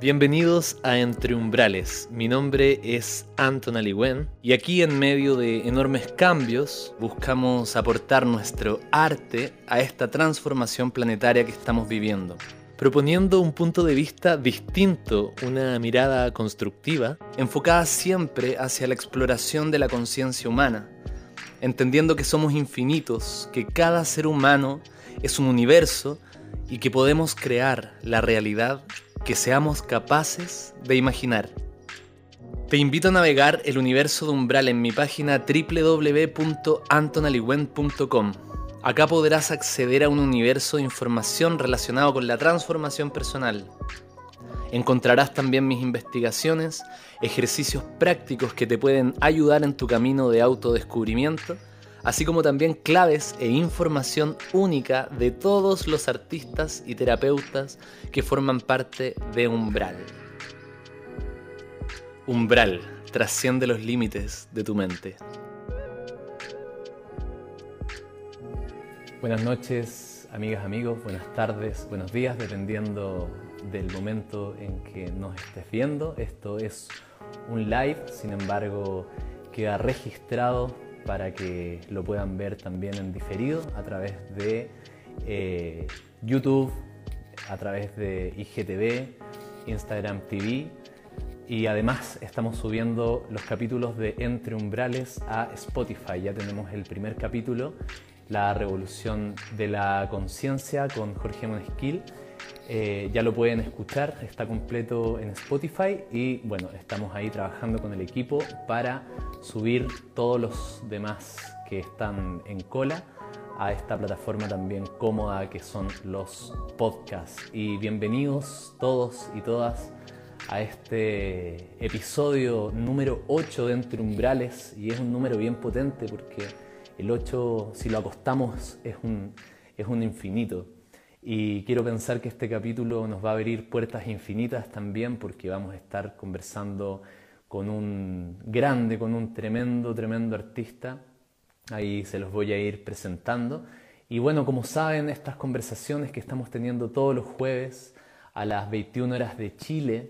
Bienvenidos a Entre Umbrales. Mi nombre es Anton Aliwen y aquí en medio de enormes cambios buscamos aportar nuestro arte a esta transformación planetaria que estamos viviendo, proponiendo un punto de vista distinto, una mirada constructiva, enfocada siempre hacia la exploración de la conciencia humana, entendiendo que somos infinitos, que cada ser humano es un universo y que podemos crear la realidad que seamos capaces de imaginar. Te invito a navegar el universo de Umbral en mi página www.antonaliwen.com. Acá podrás acceder a un universo de información relacionado con la transformación personal. Encontrarás también mis investigaciones, ejercicios prácticos que te pueden ayudar en tu camino de autodescubrimiento, así como también claves e información única de todos los artistas y terapeutas que forman parte de Umbral. Umbral trasciende los límites de tu mente. Buenas noches, amigas, amigos, buenas tardes, buenos días, dependiendo del momento en que nos estés viendo. Esto es un live, sin embargo, queda registrado para que lo puedan ver también en diferido a través de YouTube, a través de IGTV, Instagram TV, y además estamos subiendo los capítulos de Entre Umbrales a Spotify. Ya tenemos el primer capítulo, La Revolución de la Conciencia con Jorge Monesquil. Ya lo pueden escuchar, está completo en Spotify y bueno, estamos ahí trabajando con el equipo para subir todos los demás que están en cola a esta plataforma también cómoda que son los podcasts. Y bienvenidos todos y todas a este episodio número 8 de Entre Umbrales, y es un número bien potente porque el 8, si lo acostamos, es un infinito. Y quiero pensar que este capítulo nos va a abrir puertas infinitas también, porque vamos a estar conversando con un grande, con un tremendo artista. Ahí se los voy a ir presentando. Y bueno, como saben, estas conversaciones que estamos teniendo todos los jueves a las 21 horas de Chile,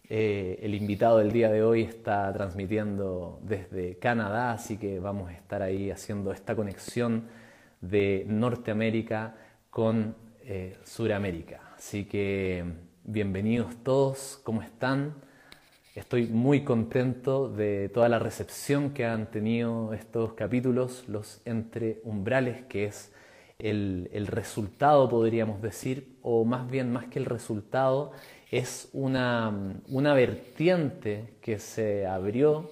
el invitado del día de hoy está transmitiendo desde Canadá, así que vamos a estar ahí haciendo esta conexión de Norteamérica con Suramérica. Así que bienvenidos todos, ¿cómo están? Estoy muy contento de toda la recepción que han tenido estos capítulos, los Entre Umbrales, que es el resultado, podríamos decir, o más bien, más que el resultado, es una vertiente que se abrió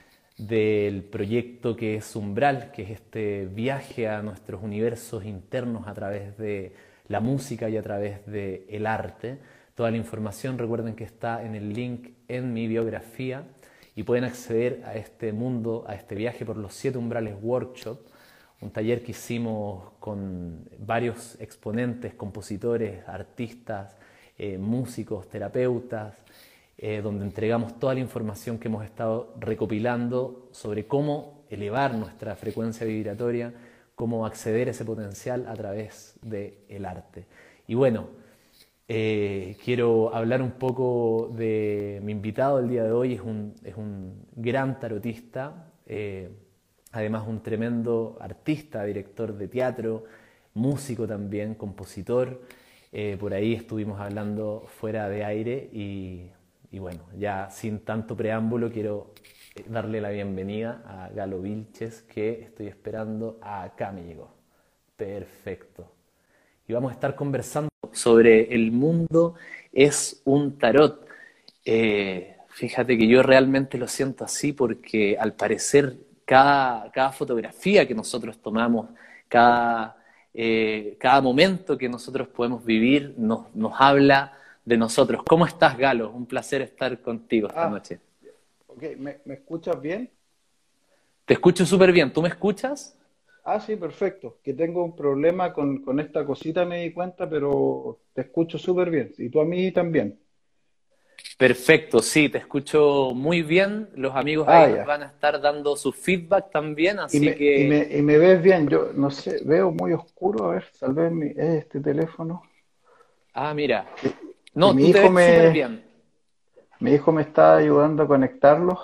del proyecto que es Umbral, que es este viaje a nuestros universos internos a través de la música y a través del arte. Toda la información, recuerden que está en el link en mi biografía y pueden acceder a este mundo, a este viaje por los 7 Umbrales Workshop, un taller que hicimos con varios exponentes, compositores, artistas, músicos, terapeutas, donde entregamos toda la información que hemos estado recopilando sobre cómo elevar nuestra frecuencia vibratoria, cómo acceder a ese potencial a través del arte. Y bueno, quiero hablar un poco de mi invitado del día de hoy. Es un gran tarotista, además un tremendo artista, director de teatro, músico también, compositor. Por ahí estuvimos hablando fuera de aire y bueno, ya sin tanto preámbulo quiero darle la bienvenida a Galo Vilches, que estoy esperando. Acá me llegó. Perfecto. Y vamos a estar conversando sobre el mundo es un tarot. Fíjate que yo realmente lo siento así porque al parecer cada fotografía que nosotros tomamos, cada momento que nosotros podemos vivir nos habla de nosotros. ¿Cómo estás, Galo? Un placer estar contigo esta noche. Ok, ¿me escuchas bien? Te escucho súper bien. ¿Tú me escuchas? Sí, perfecto. Que tengo un problema con esta cosita, me di cuenta, pero te escucho súper bien. Y tú a mí también. Perfecto, sí, te escucho muy bien. Los amigos ahí nos Ya. van a estar dando su feedback también, Y así me, y que... me, y me ves bien. Yo no sé, veo muy oscuro. A ver, tal vez es este teléfono. Ah, mira. Que No, mi tú te hijo ves súper me, bien. Mi hijo me está ayudando a conectarlo.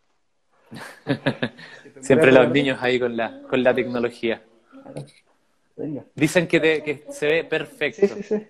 Siempre los niños ahí con la tecnología. Venga. Dicen que se ve Sí, perfecto. sí, sí.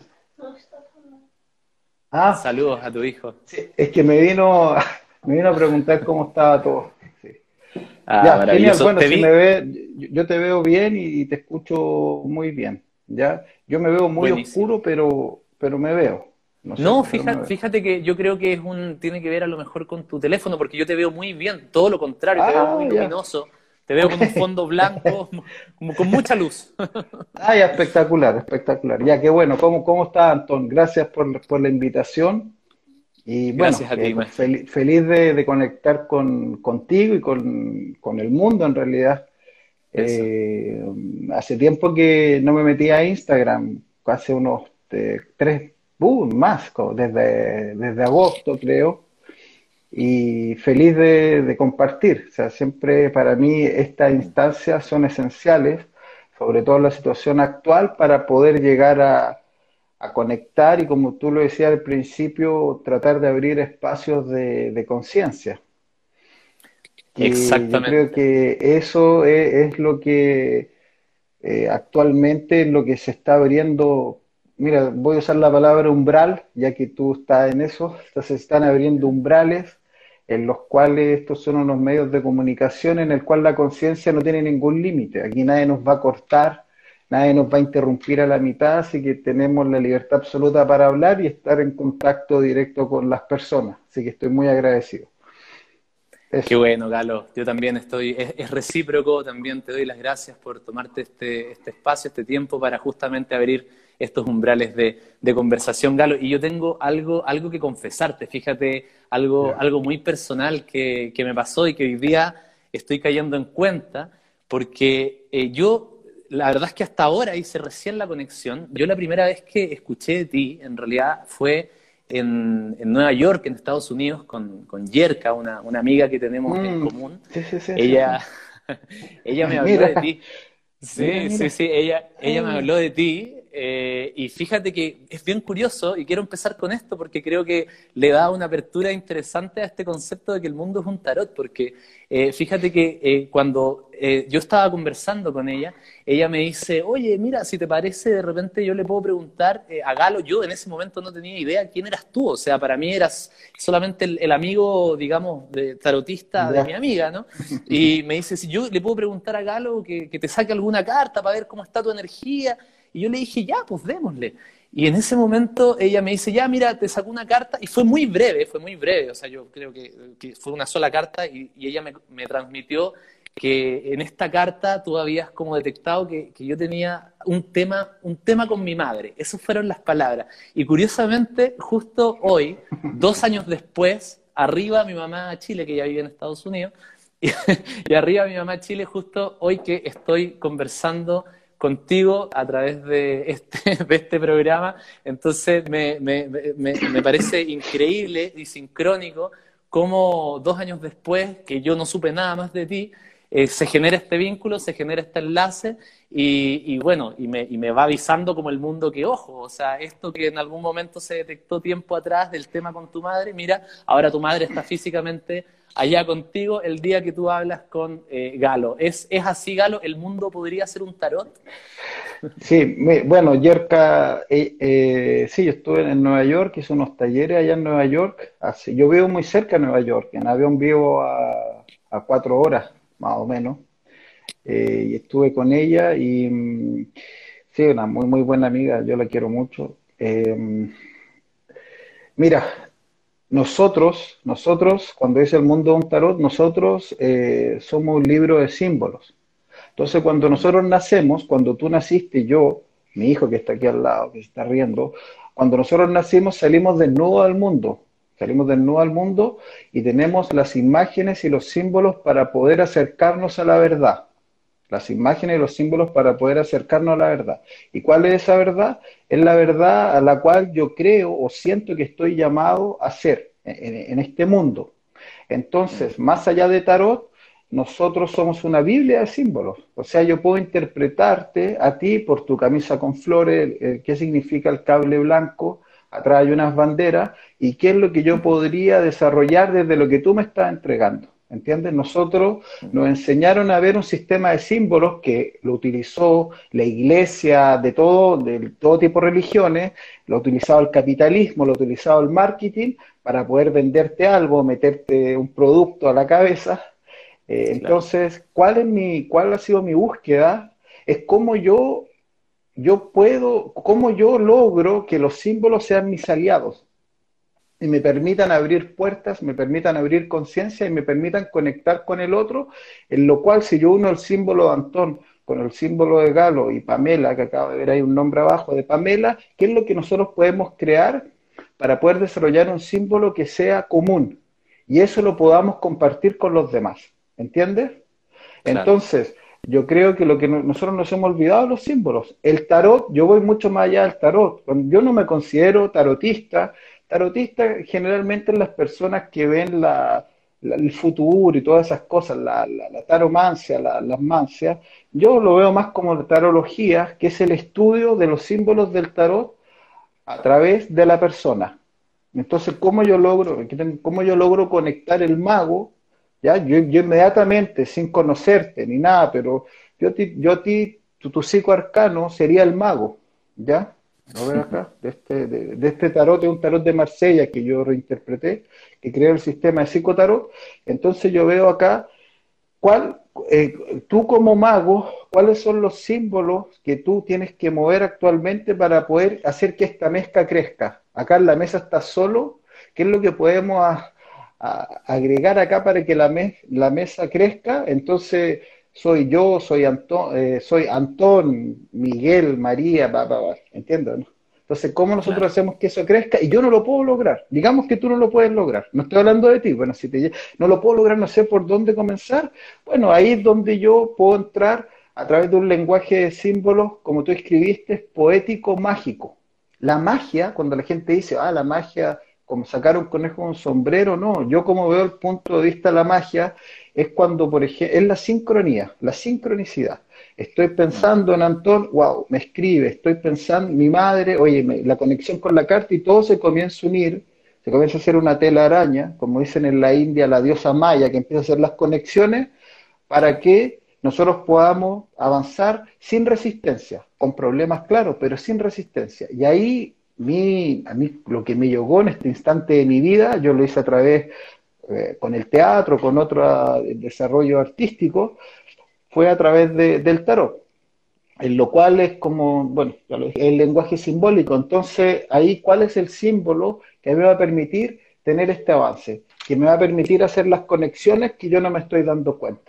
Ah, Saludos a tu hijo. sí, es que me vino a preguntar cómo estaba todo. Sí. Ah, Ya, genial. maravilloso. Bueno, Te si me vi. ve, yo te veo bien y te escucho muy bien. ¿Ya? Yo me veo muy Buenísimo. oscuro, pero me veo. No sé, No, pero me fíjate, veo. fíjate que yo creo que tiene que ver a lo mejor con tu teléfono, porque yo te veo muy bien, todo lo contrario, te veo muy Ah, ya. luminoso, te veo Ok. con un fondo blanco, como con mucha luz. Ah, ya, espectacular, espectacular. Ya, qué bueno. ¿Cómo está, Antón? Gracias por la invitación. Y bueno, Gracias a ti, maestro. feliz de conectar contigo y con el mundo en realidad. Eso. Eh, Hace tiempo que no me metía a Instagram, hace unos más, desde agosto creo, y feliz de compartir. O sea, siempre para mí estas instancias son esenciales, sobre todo en la situación actual, para poder llegar a conectar y, como tú lo decías al principio, tratar de abrir espacios de conciencia. Que yo creo Exactamente. que eso es lo que actualmente es lo que se está abriendo. Mira, voy a usar la palabra umbral, ya que tú estás en eso. Entonces, se están abriendo umbrales en los cuales estos son unos medios de comunicación en el cual la conciencia no tiene ningún límite. Aquí nadie nos va a cortar, nadie nos va a interrumpir a la mitad, así que tenemos la libertad absoluta para hablar y estar en contacto directo con las personas. Así que estoy muy agradecido. Qué Eso. bueno, Galo. Yo también estoy, es recíproco, también te doy las gracias por tomarte este espacio, este tiempo para justamente abrir estos umbrales de conversación, Galo. Y yo tengo algo que confesarte, fíjate, Ya. algo muy personal que me pasó y que hoy día estoy cayendo en cuenta, porque la verdad es que hasta ahora hice recién la conexión. Yo la primera vez que escuché de ti, en realidad, fue en Nueva York, en Estados Unidos, con Yerka, una amiga que tenemos en Mm, común. sí, sí, sí, sí, sí. Ella, ella me habló de Mira, ti. mira, Sí, sí, mira. sí, ella me Ah, habló de ti y fíjate que es bien curioso y quiero empezar con esto porque creo que le da una apertura interesante a este concepto de que el mundo es un tarot, porque fíjate que cuando yo estaba conversando con ella me dice, oye, mira, si te parece, de repente yo le puedo preguntar a Galo. Yo en ese momento no tenía idea quién eras tú, o sea, para mí eras solamente el amigo, digamos, tarotista de mi ya. amiga, ¿no? Y me dice, si yo le puedo preguntar a Galo que te saque alguna carta para ver cómo está tu energía. Y yo le dije, ya, pues démosle. Y en ese momento ella me dice, ya, mira, te sacó una carta. Y fue muy breve. O sea, yo creo que fue una sola carta y ella me transmitió que en esta carta tú habías como detectado que yo tenía un tema con mi madre. Esas fueron las palabras. Y curiosamente, justo hoy, 2 años después, arriba mi mamá a Chile, que ya vive en Estados Unidos, y, y arriba mi mamá Chile, justo hoy que estoy conversando contigo a través de este programa. Entonces me parece increíble y sincrónico cómo 2 años después, que yo no supe nada más de ti, se genera este vínculo, se genera este enlace y bueno, y me va avisando como el mundo que, ojo, o sea, esto que en algún momento se detectó tiempo atrás del tema con tu madre, mira, ahora tu madre está físicamente allá contigo el día que tú hablas con Galo. ¿Es así, Galo? ¿El mundo podría ser un tarot? Sí, bueno, Yerka, sí, yo estuve en Nueva York, hice unos talleres allá en Nueva York. Yo vivo muy cerca de Nueva York, en avión vivo a 4 horas, más o menos. Y estuve con ella y sí, una muy, muy buena amiga, yo la quiero mucho. Mira, cuando dice el mundo de un tarot, nosotros somos un libro de símbolos. Entonces, cuando Ujú. nosotros nacemos, cuando tú naciste, yo, mi hijo que está aquí al lado, que se está riendo, cuando nosotros nacimos salimos desnudos al mundo, salimos desnudos al mundo y tenemos las imágenes y los símbolos para poder acercarnos a la verdad. Las imágenes y los símbolos para poder acercarnos a la verdad. ¿Y cuál es esa verdad? Es la verdad a la cual yo creo o siento que estoy llamado a ser en este mundo. Entonces, más allá de tarot, nosotros somos una Biblia de símbolos. O sea, yo puedo interpretarte a ti por tu camisa con flores, qué significa el cable blanco, atrás hay unas banderas, y qué es lo que yo podría desarrollar desde lo que tú me estás entregando. ¿Entiendes? Nosotros nos enseñaron a ver un sistema de símbolos que lo utilizó la iglesia de todo tipo de religiones, lo ha utilizado el capitalismo, lo ha utilizado el marketing para poder venderte algo, meterte un producto a la cabeza. Claro. Entonces, ¿cuál ha sido mi búsqueda? Es cómo yo logro que los símbolos sean mis aliados y me permitan abrir puertas, me permitan abrir conciencia y me permitan conectar con el otro, en lo cual si yo uno el símbolo de Antón con el símbolo de Galo y Pamela, que acabo de ver ahí un nombre abajo de Pamela, ¿qué es lo que nosotros podemos crear para poder desarrollar un símbolo que sea común? Y eso lo podamos compartir con los demás, ¿entiendes? Claro. Entonces, yo creo que lo que nosotros nos hemos olvidado los símbolos. El tarot, yo voy mucho más allá del tarot. Yo no me considero tarotista. Tarotista generalmente en las personas que ven el futuro y todas esas cosas, la taromancia, las mancias. Yo lo veo más como la tarología, que es el estudio de los símbolos del tarot a través de la persona. Entonces, cómo yo logro conectar el mago? ¿Ya? Yo inmediatamente, sin conocerte ni nada, pero yo a ti tu psicoarcano sería el mago, ¿ya? Lo veo acá, de este tarot, es un tarot de Marsella que yo reinterpreté, que creó el sistema de psicotarot. Entonces yo veo acá ¿Cuál, tú como mago, cuáles son los símbolos que tú tienes que mover actualmente para poder hacer que esta mezcla crezca? Acá en la mesa está solo, ¿qué es lo que podemos agregar acá para que la mesa crezca? Entonces, soy yo, soy Antón, Miguel, María, ¿entiendes? ¿No? Entonces, ¿cómo nosotros Claro. hacemos que eso crezca? Y yo no lo puedo lograr. Digamos que tú no lo puedes lograr. No estoy hablando de ti. Bueno, no lo puedo lograr, no sé por dónde comenzar. Bueno, ahí es donde yo puedo entrar a través de un lenguaje de símbolos, como tú escribiste, poético, mágico. La magia, cuando la gente dice, la magia, como sacar un conejo de un sombrero, no. Yo como veo el punto de vista de la magia, es cuando, por ejemplo, es la sincronía, la sincronicidad. Estoy pensando en Antón, wow, me escribe, estoy pensando, mi madre, oye, la conexión con la carta y todo se comienza a unir, se comienza a hacer una tela araña, como dicen en la India, la diosa maya, que empieza a hacer las conexiones para que nosotros podamos avanzar sin resistencia, con problemas claros, pero sin resistencia. Y ahí a mí lo que me llegó en este instante de mi vida, yo lo hice a través con el teatro, con otro desarrollo artístico, fue a través del tarot, en lo cual es como, bueno, el lenguaje simbólico. Entonces, ahí, ¿cuál es el símbolo que me va a permitir tener este avance? Que me va a permitir hacer las conexiones que yo no me estoy dando cuenta.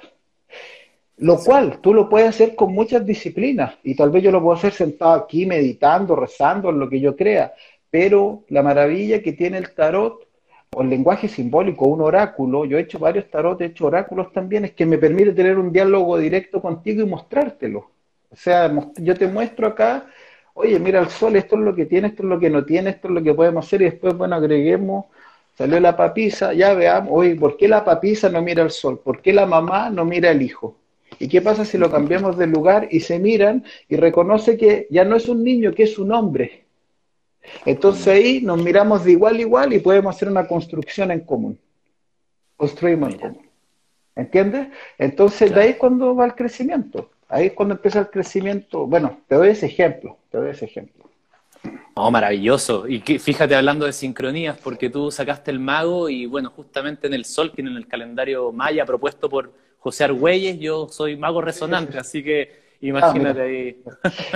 Lo cual Excelente. tú lo puedes hacer con muchas disciplinas y tal vez yo lo puedo hacer sentado aquí meditando, rezando, en lo que yo crea, pero la maravilla que tiene el tarot o el lenguaje simbólico, un oráculo, yo he hecho varios tarot, he hecho oráculos también, es que me permite tener un diálogo directo contigo y mostrártelo. O sea, yo te muestro acá, oye, mira el sol, esto es lo que tiene, esto es lo que no tiene, esto es lo que podemos hacer y después, bueno, agreguemos, salió la papisa, ya veamos, oye, ¿por qué la papisa no mira el sol? ¿Por qué la mamá no mira el hijo? ¿Y qué pasa si lo cambiamos de lugar y se miran y reconoce que ya no es un niño, que es un hombre? Entonces Mm, ahí nos miramos de igual a igual y podemos hacer una construcción en común. Construimos en mira, común. ¿Entiendes? Entonces de ahí claro. es cuando va el crecimiento. Ahí es cuando empieza el crecimiento. Bueno, te doy ese ejemplo. Te doy ese ejemplo. Oh, maravilloso. Y fíjate hablando de sincronías, porque tú sacaste el mago y bueno, justamente en el Sol, que en el calendario maya propuesto por José Argüelles, yo soy mago Sí, sí, resonante, sí. así que imagínate Mira. ahí.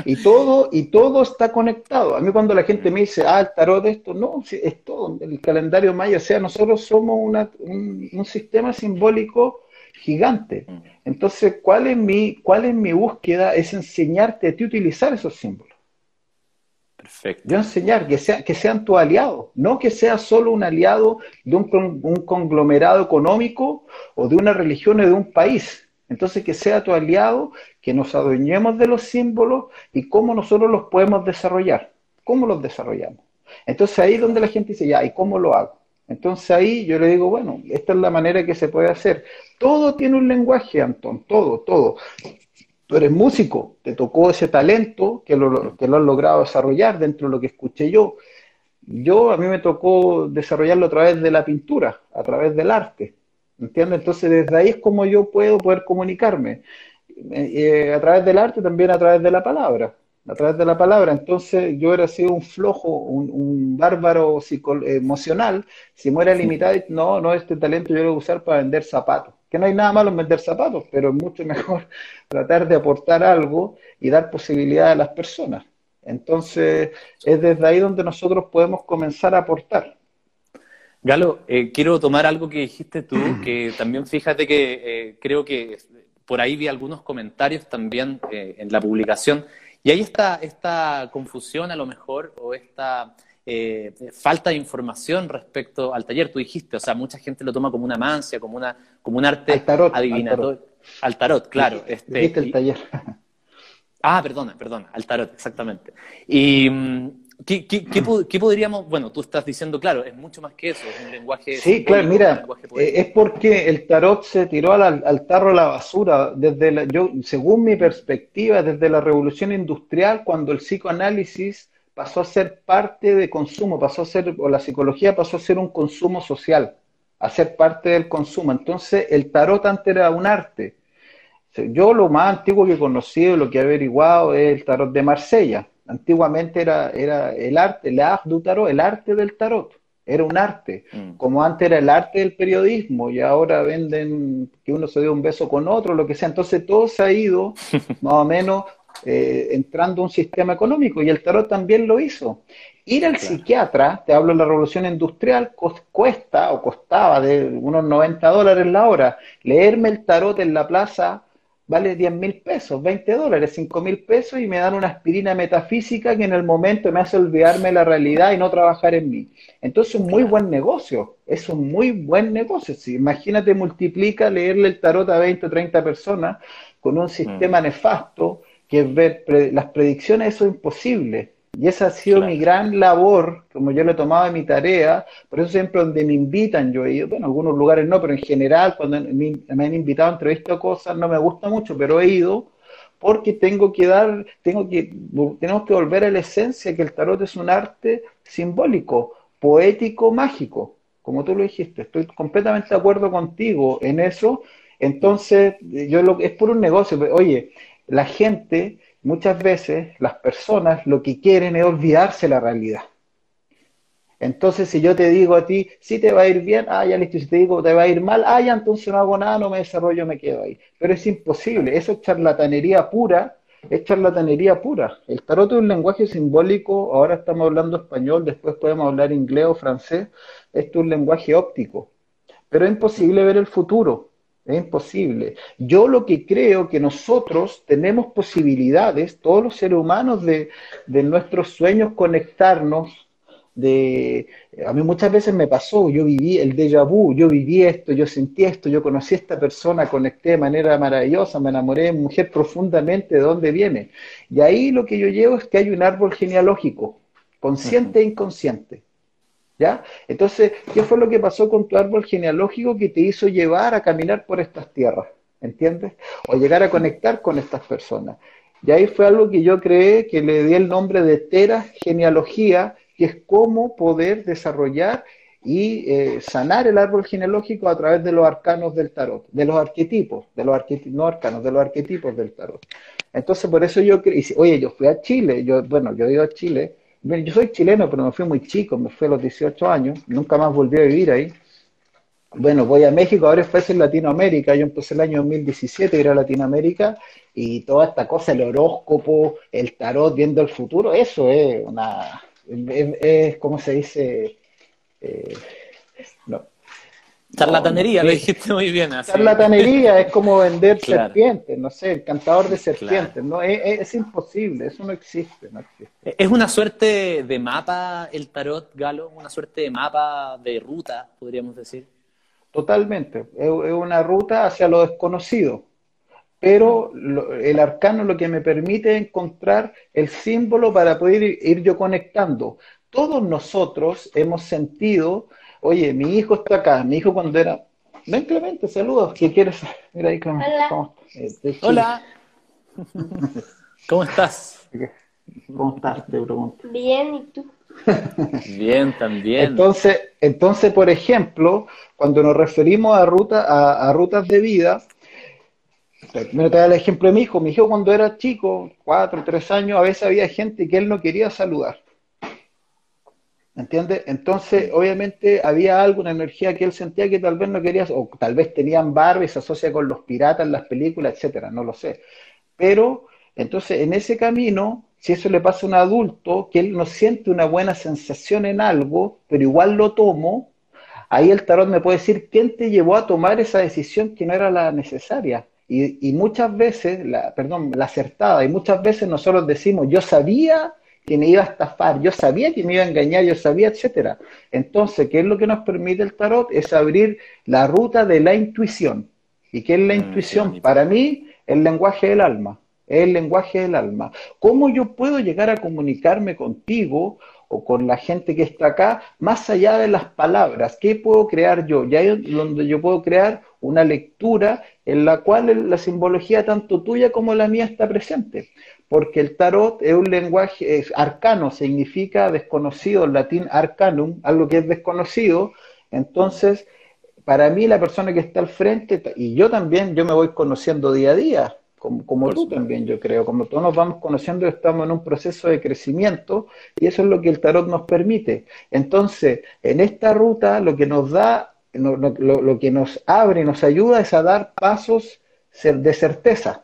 Y todo está conectado. A mí cuando la gente Mm, me dice, el tarot de esto, no, sí, es todo. El calendario maya, o sea, nosotros somos un sistema simbólico gigante. mm, Entonces, ¿cuál es mi búsqueda? Es enseñarte a ti a utilizar esos símbolos. Yo perfecto. enseñar que sean tus aliados, no que sea solo un aliado de un conglomerado económico o de una religión o de un país. Entonces, que sea tu aliado, que nos adueñemos de los símbolos y cómo nosotros los podemos desarrollar. ¿Cómo los desarrollamos? Entonces, ahí es donde la Claro. gente dice, ya, ¿y cómo lo hago? Entonces, ahí yo le digo, bueno, esta es la manera que se puede hacer. Todo tiene un lenguaje, Antón, todo, todo. Tú eres músico, te tocó ese talento que lo has logrado desarrollar dentro de lo que escuché yo. a mí me tocó desarrollarlo a través de la pintura, a través del arte, ¿entiendes? Entonces desde ahí es como yo puedo poder comunicarme, a través del arte, también a través de la palabra, a través de la palabra. Entonces yo era así un flojo, un bárbaro emocional, si me era limitado, no, no, este talento yo lo voy a usar para vender zapatos, que no hay nada malo en vender zapatos, pero es mucho mejor tratar de aportar algo y dar posibilidad a las personas. Entonces, es desde ahí donde nosotros podemos comenzar a aportar. Galo, quiero tomar algo que dijiste tú, que también fíjate que creo que por ahí vi algunos comentarios también en la publicación, y ahí está esta confusión a lo mejor, o esta falta de información respecto al taller. Tú dijiste, o sea, mucha gente lo toma como una mancia, como un arte Al tarot, al tarot. adivinatorio. Al tarot, claro. Dijiste el taller. Perdona, al tarot, exactamente. Y ¿qué podríamos, bueno, tú estás diciendo, claro, es mucho más que eso, es un lenguaje Sí, claro, simbólico, un mira, lenguaje poético. es porque el tarot se tiró al tarro de la basura, según mi perspectiva, desde la revolución industrial, cuando el psicoanálisis pasó a ser parte de consumo, o la psicología pasó a ser un consumo social, a ser parte del consumo. Entonces, el tarot antes era un arte. Yo lo más antiguo que he conocido, lo que he averiguado, es el tarot de Marsella. Antiguamente era el arte, l'art du tarot, el arte del tarot. Era un arte, Mm. como antes era el arte del periodismo y ahora venden que uno se dio un beso con otro, lo que sea. Entonces todo se ha ido más o menos entrando a un sistema económico y el tarot también lo hizo. Ir al Claro. psiquiatra, te hablo de la revolución industrial, cuesta o costaba de unos $90 la hora. Leerme el tarot en la plaza vale 10.000 pesos, $20, 5.000 pesos y me dan una aspirina metafísica que en el momento me hace olvidarme de la realidad y no trabajar en mí. Entonces es un muy Claro. buen negocio, es un muy buen negocio. Si, imagínate, multiplica leerle el tarot a 20 o 30 personas con un Mm. sistema nefasto que es ver las predicciones, eso es imposible. Y esa ha sido mi Claro. gran labor, como yo lo he tomado de mi tarea, por eso siempre donde me invitan, yo he ido, bueno, algunos lugares no, pero en general cuando me han invitado a entrevistas o cosas, no me gusta mucho, pero he ido porque tenemos que volver a la esencia, que el tarot es un arte simbólico, poético, mágico, como tú lo dijiste, estoy completamente de acuerdo contigo en eso. Entonces, es por un negocio, oye, la gente, muchas veces, las personas, lo que quieren es olvidarse la realidad. Entonces, si yo te digo a ti, si te va a ir bien, ya listo, si te digo te va a ir mal, ya entonces no hago nada, no me desarrollo, me quedo ahí. Pero es imposible, Claro. eso es charlatanería pura, es charlatanería pura. El tarot es un lenguaje simbólico, ahora estamos hablando español, después podemos hablar inglés o francés, esto es un lenguaje óptico, pero es imposible ver el futuro, es imposible. Yo lo que creo que nosotros tenemos posibilidades, todos los seres humanos, de nuestros sueños conectarnos, a mí muchas veces me pasó, yo viví el déjà vu, yo viví esto, yo sentí esto, yo conocí a esta persona, conecté de manera maravillosa, me enamoré de mujer profundamente de dónde viene. Y ahí lo que yo llevo es que hay un árbol genealógico, Ujú. consciente e inconsciente. ¿Ya? Entonces, ¿qué fue lo que pasó con tu árbol genealógico que te hizo llevar a caminar por estas tierras? ¿Entiendes? O llegar a Mm. conectar con estas personas. Y ahí fue algo que yo creé, que le di el nombre de Tera Genealogía, que es cómo poder desarrollar y sanar el árbol genealógico a través de los arcanos del tarot, de los arquetipos, no arcanos, de los arquetipos del tarot. Entonces, por eso yo creí, oye, yo fui a Chile, yo he ido a Chile. Bien, yo soy chileno, pero me fui muy chico, me fui a los 18 años, nunca más volví a vivir ahí. Bueno, voy a México, ahora es en Latinoamérica, yo empecé el año 2017 a ir a Latinoamérica y toda esta cosa, el horóscopo, el tarot, viendo el futuro, eso ¿cómo se dice? Eh, no, no Charlatanería, lo sé. dijiste muy bien, así. Charlatanería es como vender Claro. serpientes, no sé, el cantador de Claro. serpientes, no, es imposible, eso no existe, no existe. Es una suerte de mapa el tarot, Galo, una suerte de mapa de ruta, podríamos decir. Totalmente, es una ruta hacia lo desconocido, Mm. pero el arcano lo que me permite es encontrar el símbolo para poder ir yo conectando. Todos nosotros hemos sentido, oye, mi hijo está acá, mi hijo cuando era... Ven Clemente, saludos, ¿qué quieres? Mira ahí, Clemente, Hola. ¿cómo estás? De Chile. Hola, ¿cómo estás? ¿Cómo estás? Te pregunto. Bien, ¿y tú? Bien, también. Entonces, por ejemplo, cuando nos referimos a rutas de vida, primero te voy a dar el ejemplo de mi hijo. Mi hijo cuando era chico, 4, 3 años, a veces había gente que él no quería saludar. ¿Entiendes? Entonces, obviamente, había algo, una energía que él sentía que tal vez no quería, o tal vez tenían barba y se asocia con los piratas en las películas, etcétera, no lo sé. Pero, entonces, en ese camino, si eso le pasa a un adulto, que él no siente una buena sensación en algo, pero igual lo tomo, ahí el tarot me puede decir quién te llevó a tomar esa decisión que no era la necesaria. Y muchas veces, perdón, la acertada, y muchas veces nosotros decimos, yo sabía que me iba a estafar, yo sabía que me iba a engañar, yo sabía, etcétera. Entonces, ¿qué es lo que nos permite el tarot? Es abrir la ruta de la intuición. ¿Y qué es la Qué intuición? bonito. Para mí, el lenguaje del alma. Es el lenguaje del alma. ¿Cómo yo puedo llegar a comunicarme contigo o con la gente que está acá, más allá de las palabras? ¿Qué puedo crear yo? Ya hay donde yo puedo crear una lectura en la cual la simbología tanto tuya como la mía está presente. Porque el tarot es un lenguaje arcano, significa desconocido, en latín arcanum, algo que es desconocido. Mm. Entonces, para mí la persona que está al frente, y yo también, yo me voy conociendo día a día, como Por tú supuesto. también, yo creo, como todos nos vamos conociendo, estamos en un proceso de crecimiento y eso es lo que el tarot nos permite. Entonces, en esta ruta lo que nos da, lo que nos abre y nos ayuda es a dar pasos de certeza,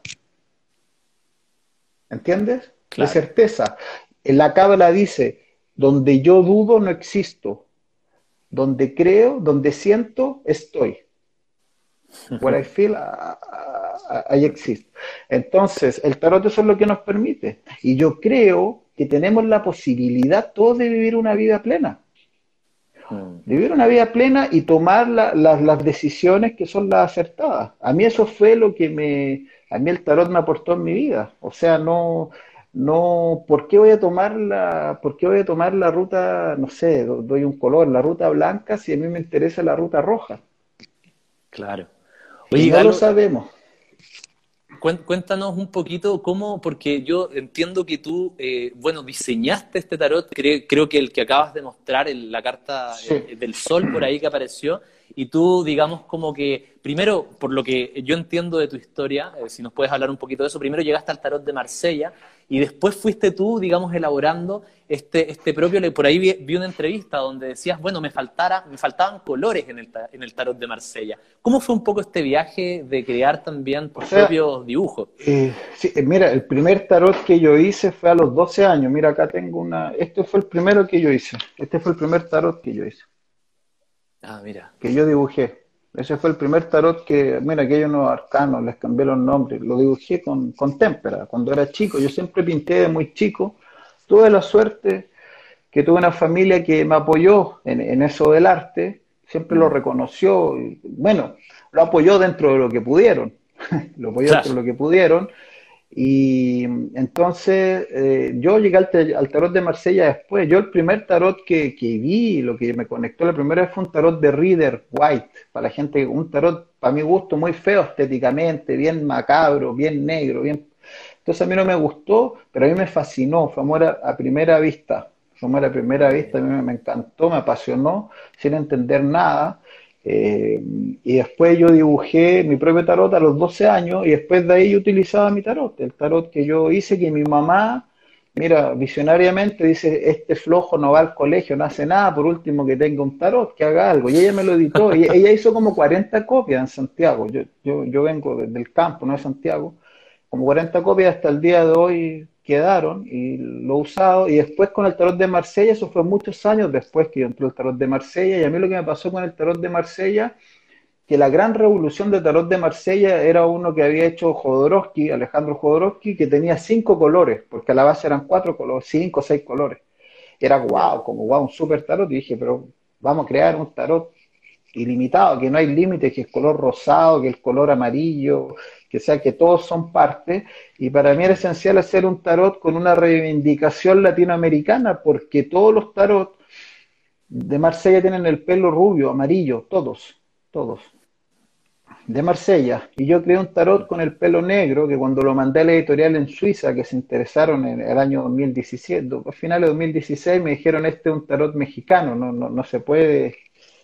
¿entiendes? De Claro. certeza. En la cábala dice, donde yo dudo no existo, donde creo, donde siento, estoy. What I feel, I exist. Entonces, el tarot eso es lo que nos permite. Y yo creo que tenemos la posibilidad todos de vivir una vida plena. Mm. Vivir una vida plena y tomar las decisiones que son las acertadas. A mí eso fue lo que a mí el tarot me aportó en mi vida. O sea, ¿por qué voy a tomar la ruta, no sé, doy un color, la ruta blanca si a mí me interesa la ruta roja? Claro. Y Oye, no lo Galo, sabemos. Cuéntanos un poquito cómo, porque yo entiendo que tú, bueno, diseñaste este tarot, creo que el que acabas de mostrar, la carta Sí. del sol por ahí que apareció, y tú, digamos, como que, primero, por lo que yo entiendo de tu historia, si nos puedes hablar un poquito de eso, primero llegaste al tarot de Marsella, y después fuiste tú, digamos, elaborando este propio, por ahí vi una entrevista donde decías, bueno, me faltaban colores en el tarot de Marsella. ¿Cómo fue un poco este viaje de crear también O tus sea, propios dibujos? sí, mira, el primer tarot que yo hice fue a los 12 años. Mira, acá tengo este fue el primero que yo hice. Este fue el primer tarot que yo hice, Ah, mira. que yo dibujé. Ese fue el primer tarot que, mira, que hay unos arcanos, les cambié los nombres. Lo dibujé con témpera, cuando era chico. Yo siempre pinté de muy chico. Tuve la suerte que tuve una familia que me apoyó en eso del arte, siempre lo Mm. reconoció, y, bueno, lo apoyó dentro de lo que pudieron, lo apoyó Claro. dentro de lo que pudieron, y entonces yo llegué al tarot de Marsella después. Yo el primer tarot que vi, lo que me conectó la primera vez fue un tarot de Rider White, para la gente, un tarot para mi gusto muy feo estéticamente, bien macabro, bien negro, bien... Entonces a mí no me gustó, pero a mí me fascinó, fue amor a primera vista. Fue amor a primera Ah, vista, a mira. mí me encantó, me apasionó, sin entender nada. Y después yo dibujé mi propio tarot a los 12 años y después de ahí yo utilizaba mi tarot, el tarot que yo hice, que mi mamá, mira, visionariamente dice, este flojo no va al colegio, no hace nada, por último que tenga un tarot, que haga algo. Y ella me lo editó, y ella hizo como 40 copias en Santiago, yo vengo del campo, no de Santiago, como 40 copias hasta el día de hoy quedaron y lo he usado. Y después con el tarot de Marsella, eso fue muchos años después que yo entré el tarot de Marsella. Y a mí lo que me pasó con el tarot de Marsella, que la gran revolución del tarot de Marsella era uno que había hecho Jodorowsky, Alejandro Jodorowsky, que tenía 5 colores, porque a la base eran 4 colores, 5 o 6 colores. Y era Ya. wow, como wow, un super tarot. Y dije, pero vamos a crear un tarot ilimitado, que no hay límite, que el color rosado, que el color amarillo, que sea que todos son parte. Y para mí era Mm. esencial hacer un tarot con una reivindicación latinoamericana, porque todos los tarot de Marsella tienen el pelo rubio, amarillo, todos, todos. de Marsella. Y yo creé un tarot con el pelo negro, que cuando lo mandé a la editorial en Suiza, que se interesaron en el año 2017, a finales de 2016, me dijeron, este es un tarot mexicano, no se puede,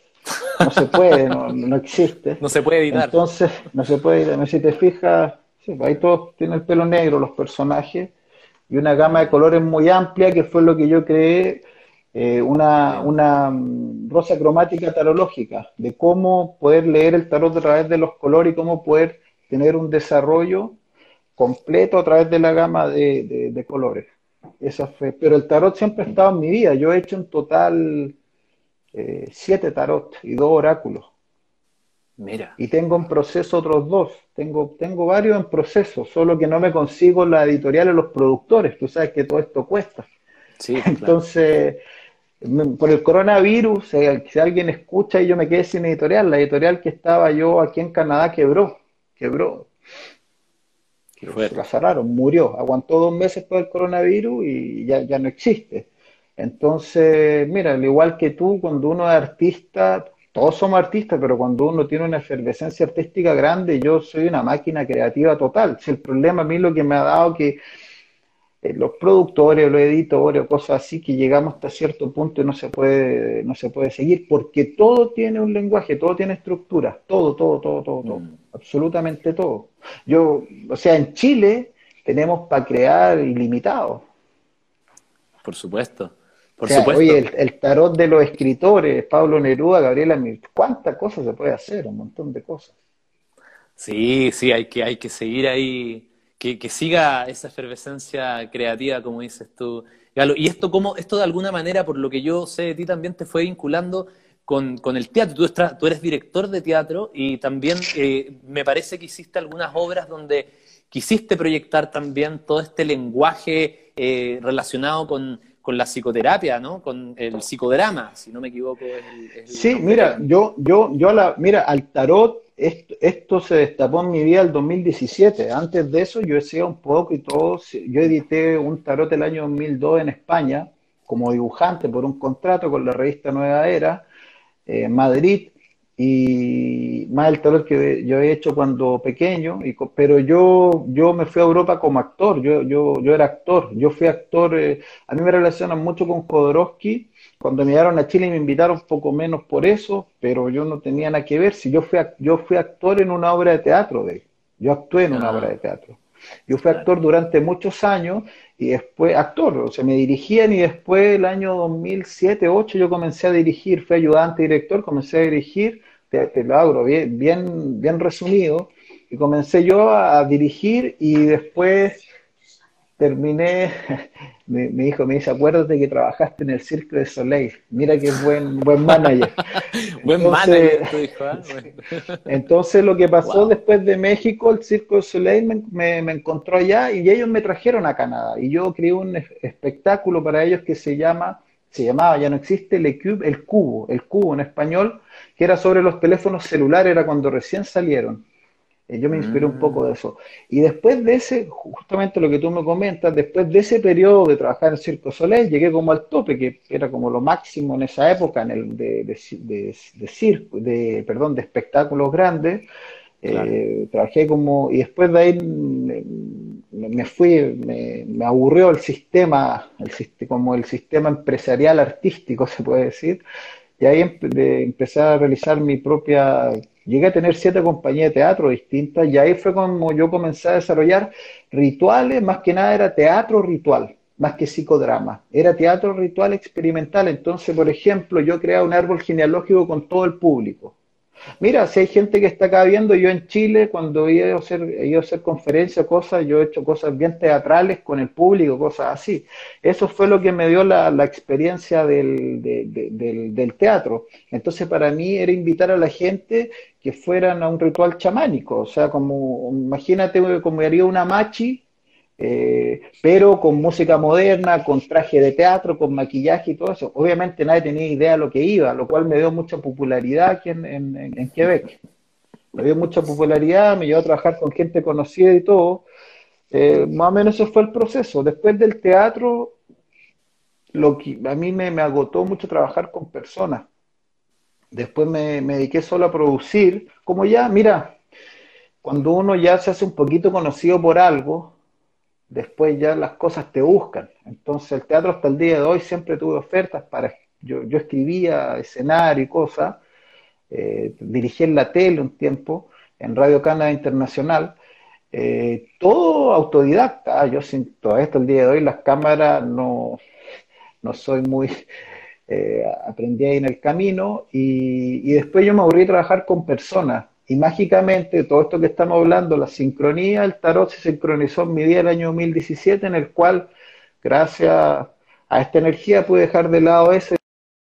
no existe. No se puede editar. Entonces, no se puede, no sé si te fijas, sí, pues ahí todos tienen el pelo negro, los personajes, y una gama de colores muy amplia, que fue lo que yo creé, Bien. rosa cromática tarológica, de cómo poder leer el tarot a través de los colores y cómo poder tener un desarrollo completo a través de la gama de colores. Esa fue. Pero el tarot siempre ha estado en mi vida. Yo he hecho en total 7 tarot y 2 oráculos. Mira. Y tengo en proceso otros 2. Tengo varios en proceso, solo que no me consigo la editorial o los productores. Tú sabes que todo esto cuesta. Sí, pues claro. Entonces, por el coronavirus, si alguien escucha y yo me quedé sin editorial, la editorial que estaba yo aquí en Canadá quebró, Qué se la fuerte. cerraron, murió, aguantó 2 meses por el coronavirus y ya no existe. Entonces, mira, al igual que tú, cuando uno es artista, todos somos artistas, pero cuando uno tiene una efervescencia artística grande, yo soy una máquina creativa total. Si el problema a mí lo que me ha dado que los productores, los editores o cosas así, que llegamos hasta cierto punto y no se puede seguir, porque todo tiene un lenguaje, todo tiene estructura, todo, Mm, absolutamente todo. O sea, en Chile tenemos para crear ilimitado. por supuesto. O Por sea, oye, supuesto. el tarot de los escritores, Pablo Neruda, Gabriela Mistral, cuántas cosas se puede hacer, un montón de cosas. Sí, sí, hay que seguir ahí, que siga esa efervescencia creativa, como dices tú, Galo. Y esto, esto de alguna manera, por lo que yo sé de ti, también te fue vinculando con el teatro. Tú eres director de teatro y también me parece que hiciste algunas obras donde quisiste proyectar también todo este lenguaje relacionado con la psicoterapia, ¿no? Con el psicodrama, si no me equivoco, es el Sí, nombre mira, técnico. mira, al tarot, esto se destapó en mi vida el 2017. Antes de eso yo decía un poco y todo. Yo edité un tarot el año 2002 en España como dibujante por un contrato con la revista Nueva Era en Madrid, y más el tarot que yo he hecho cuando pequeño, pero yo me fui a Europa como actor, yo era actor, yo fui actor, a mí me relacionan mucho con Jodorowsky. Cuando me llegaron a Chile me invitaron poco menos por eso, pero yo no tenía nada que ver, si yo fui actor en una obra de teatro de él, yo actué en una obra de Ah, teatro. Yo fui claro. actor durante muchos años y después actor, o sea, me dirigían y después el año 2007-2008 yo comencé a dirigir, fui ayudante director, comencé a dirigir, te lo hago bien resumido, y comencé yo a dirigir y después terminé, mi hijo me dice, acuérdate que trabajaste en el Cirque de Soleil, mira qué buen manager. Buen Entonces, manager, tu hijo, ¿ah? Bueno. entonces lo que pasó Wow. después de México, el Circo du Soleil me encontró allá y ellos me trajeron a Canadá. Y yo creé un espectáculo para ellos que se llamaba, ya no existe, el cubo en español, que era sobre los teléfonos celulares, era cuando recién salieron. Yo me inspiré un poco de Mm, eso. Y después de justamente lo que tú me comentas, después de ese periodo de trabajar en Circo Soleil, llegué como al tope, que era como lo máximo en esa época en el de circo, perdón, de espectáculos grandes. claro. Trabajé como, y después de ahí me fui, me aburrió el sistema, como el sistema empresarial artístico, se puede decir, y ahí empecé a realizar mi propia, llegué a tener 7 compañías de teatro distintas, y ahí fue como yo comencé a desarrollar rituales, más que nada era teatro ritual, más que psicodrama, era teatro ritual experimental. Entonces, por ejemplo, yo creaba un árbol genealógico con todo el público. Mira, si hay gente que está acá viendo, yo en Chile, cuando he ido a hacer conferencias, cosas, yo he hecho cosas bien teatrales con el público, cosas así. Eso fue lo que me dio la experiencia del teatro. Entonces, para mí era invitar a la gente que fueran a un ritual chamánico, o sea, como, imagínate como haría una machi, pero con música moderna, con traje de teatro, con maquillaje y todo eso. Obviamente nadie tenía idea de lo que iba, lo cual me dio mucha popularidad aquí en Quebec. Me dio mucha popularidad, me llevó a trabajar con gente conocida y todo. Más o menos ese fue el proceso. Después del teatro, lo que a mí me agotó mucho trabajar con personas. Después me dediqué solo a producir, como ya, mira. cuando uno ya se hace un poquito conocido por algo, después ya las cosas te buscan. Entonces el teatro hasta el día de hoy siempre tuve ofertas para... Yo escribía escenario y cosas, dirigí en la tele un tiempo, en Radio Canadá Internacional, todo autodidacta. Yo sin todo esto el día de hoy, las cámaras no soy muy... aprendí ahí en el camino y después yo me aburrí de trabajar con personas. Y mágicamente, todo esto que estamos hablando, la sincronía, el tarot se sincronizó en mi día del año 2017, en el cual, gracias a esta energía, pude dejar de lado eso.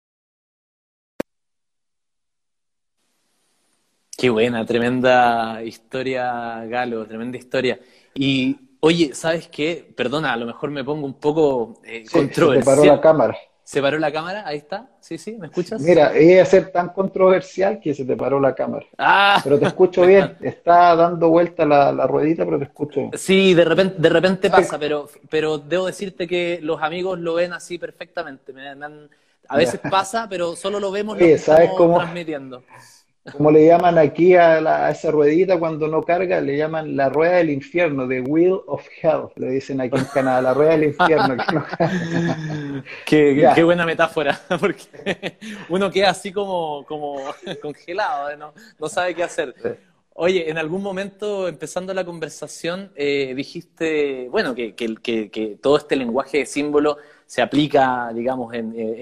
Qué buena, tremenda historia, Galo, tremenda historia. Y, oye, ¿sabes qué? Perdona, a lo mejor me pongo un poco Se te paró la controversial. cámara. ¿Se paró la cámara? Ahí está. Sí, sí, ¿me escuchas? Mira, iba a ser tan controversial que se te paró la cámara. Ah, Pero te escucho bien, está dando vuelta la ruedita, pero te escucho bien. sí, de repente Ay, pasa, pero debo decirte que los amigos lo ven así perfectamente. A ya. veces pasa, pero solo lo vemos los Oye, que ¿sabes estamos cómo? transmitiendo. Como le llaman aquí a esa ruedita cuando no carga, le llaman la rueda del infierno, the wheel of hell, le dicen aquí en Canadá, la rueda del infierno. Que no... Qué Ya, buena metáfora, porque uno queda así como congelado, no sabe qué hacer. Oye, en algún momento, empezando la conversación, dijiste, bueno, que todo este lenguaje de símbolo se aplica, digamos,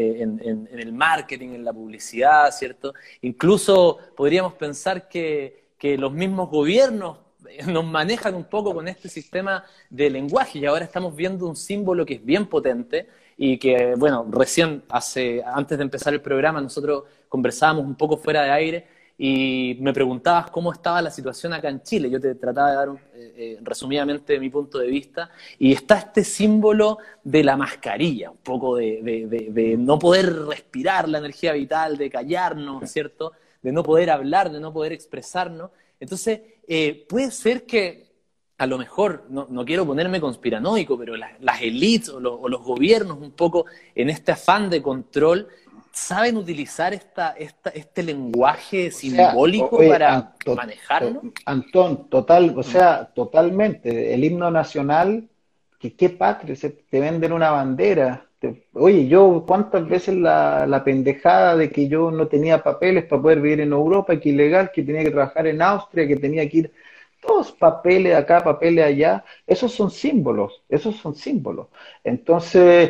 en el marketing, en la publicidad, ¿cierto? Incluso podríamos pensar que los mismos gobiernos nos manejan un poco con este sistema de lenguaje y ahora estamos viendo un símbolo que es bien potente y que, bueno, recién, antes de empezar el programa, nosotros conversábamos un poco fuera de aire y me preguntabas cómo estaba la situación acá en Chile. Yo te trataba de dar resumidamente mi punto de vista. Y está este símbolo de la mascarilla, un poco de no poder respirar la energía vital, de callarnos, ¿cierto? De no poder hablar, de no poder expresarnos. Entonces, puede ser que a lo mejor, no quiero ponerme conspiranoico, pero las élites o los gobiernos un poco en este afán de control saben utilizar este lenguaje o sea, simbólico oye, para manejarnos. Antón, total, o Mm. sea, totalmente, el himno nacional, que qué patria, te venden una bandera. Oye, yo cuántas veces la pendejada de que yo no tenía papeles para poder vivir en Europa, que ilegal, que tenía que trabajar en Austria, que tenía que ir, todos papeles acá, papeles allá, esos son símbolos, esos son símbolos. Entonces,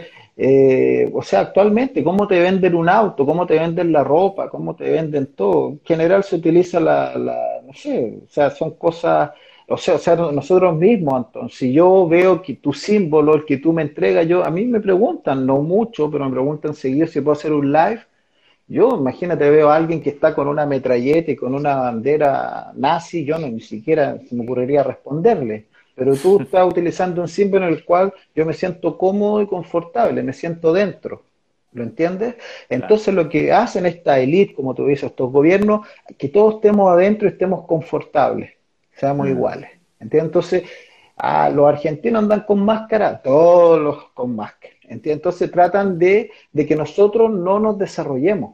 o sea, actualmente, ¿cómo te venden un auto? ¿Cómo te venden la ropa? ¿Cómo te venden todo? En general se utiliza no sé, o sea, son cosas, o sea, nosotros mismos, Anton, si yo veo que tu símbolo, el que tú me entregas, a mí me preguntan, no mucho, pero me preguntan seguido si puedo hacer un live. Yo, imagínate, veo a alguien que está con una metralleta y con una bandera nazi, yo no, ni siquiera se me ocurriría responderle. Pero tú estás utilizando un símbolo en el cual yo me siento cómodo y confortable, me siento dentro. ¿Lo entiendes? Claro. Entonces lo que hacen esta élite, como tú dices, estos gobiernos, que todos estemos adentro y estemos confortables, seamos Mm. iguales. ¿Entiendes? Entonces, los argentinos andan con máscara, todos los con máscara. ¿Entiendes? Entonces tratan de que nosotros no nos desarrollemos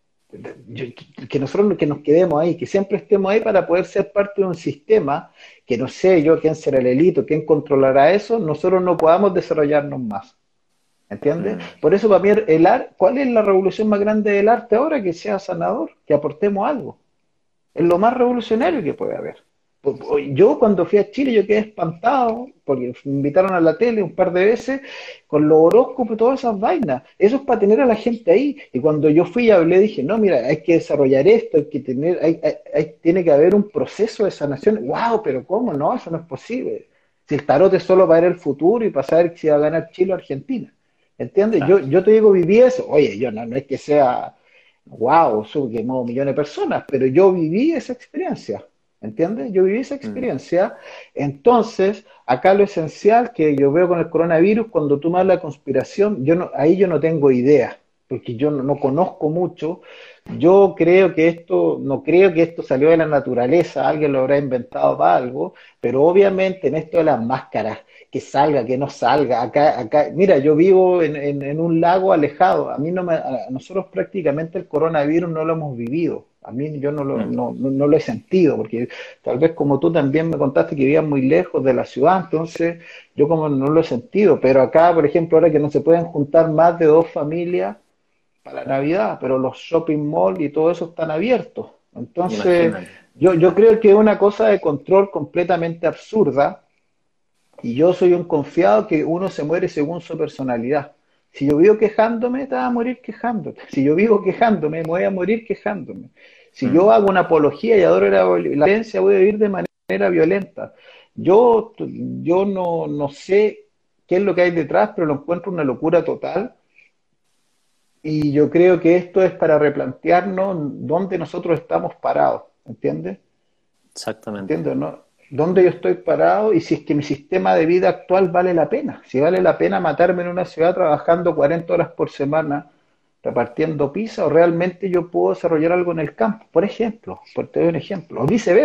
que nosotros que nos quedemos ahí, que siempre estemos ahí para poder ser parte de un sistema que no sé yo quién será el élite, quién controlará eso, nosotros no podamos desarrollarnos más. ¿Entiendes? Mm. Por eso para mí el arte, ¿cuál es la revolución más grande del arte ahora? Que sea sanador, que aportemos algo. Es lo más revolucionario que puede haber. Yo cuando fui a Chile yo quedé espantado porque me invitaron a la tele un par de veces con los horóscopos y todas esas vainas. Eso es para tener a la gente ahí. Y cuando yo fui y hablé dije, no, mira, hay que desarrollar esto, hay que tener, tiene que haber un proceso de sanación. ¡Wow! Pero ¿cómo? No, eso no es posible. Si el tarot es solo para ver el futuro y para saber si va a ganar Chile o Argentina. ¿Entiendes? Claro. Yo te digo, viví eso. Oye, yo no es que sea wow, quemó millones de personas, pero yo viví esa experiencia, ¿entiendes? Yo viví esa Mm. experiencia. Entonces, acá lo esencial que yo veo con el coronavirus, cuando tú me hablas de conspiración, ahí yo no tengo idea, porque yo no conozco mucho. Yo creo que esto, no creo que esto salió de la naturaleza, alguien lo habrá inventado para algo, pero obviamente en esto de las máscaras, que salga, que no salga, acá, mira, yo vivo en un lago alejado, a mí no me, a nosotros prácticamente el coronavirus no lo hemos vivido, a mí yo Mm. no lo he sentido, porque tal vez como tú también me contaste que vivías muy lejos de la ciudad, entonces yo como no lo he sentido, pero acá, por ejemplo, ahora que no se pueden juntar más de dos familias, para Navidad, pero los shopping malls y todo eso están abiertos. Entonces, Imagínate. yo creo que es una cosa de control completamente absurda y yo soy un confiado que uno se muere según su personalidad. Si yo vivo quejándome, te vas a morir quejándote. Si yo vivo quejándome, me voy a morir quejándome. Si yo Mm. hago una apología y adoro la violencia, voy a vivir de manera violenta. Yo no sé qué es lo que hay detrás, pero lo encuentro una locura total y yo creo que esto es para replantearnos dónde nosotros estamos parados, ¿entiendes? Exactamente. ¿Entiendes, no? ¿Dónde yo estoy parado y si es que mi sistema de vida actual vale la pena? Si vale la pena matarme en una ciudad trabajando 40 horas por semana repartiendo pizza o realmente yo puedo desarrollar algo en el campo, por ejemplo, por te doy un ejemplo,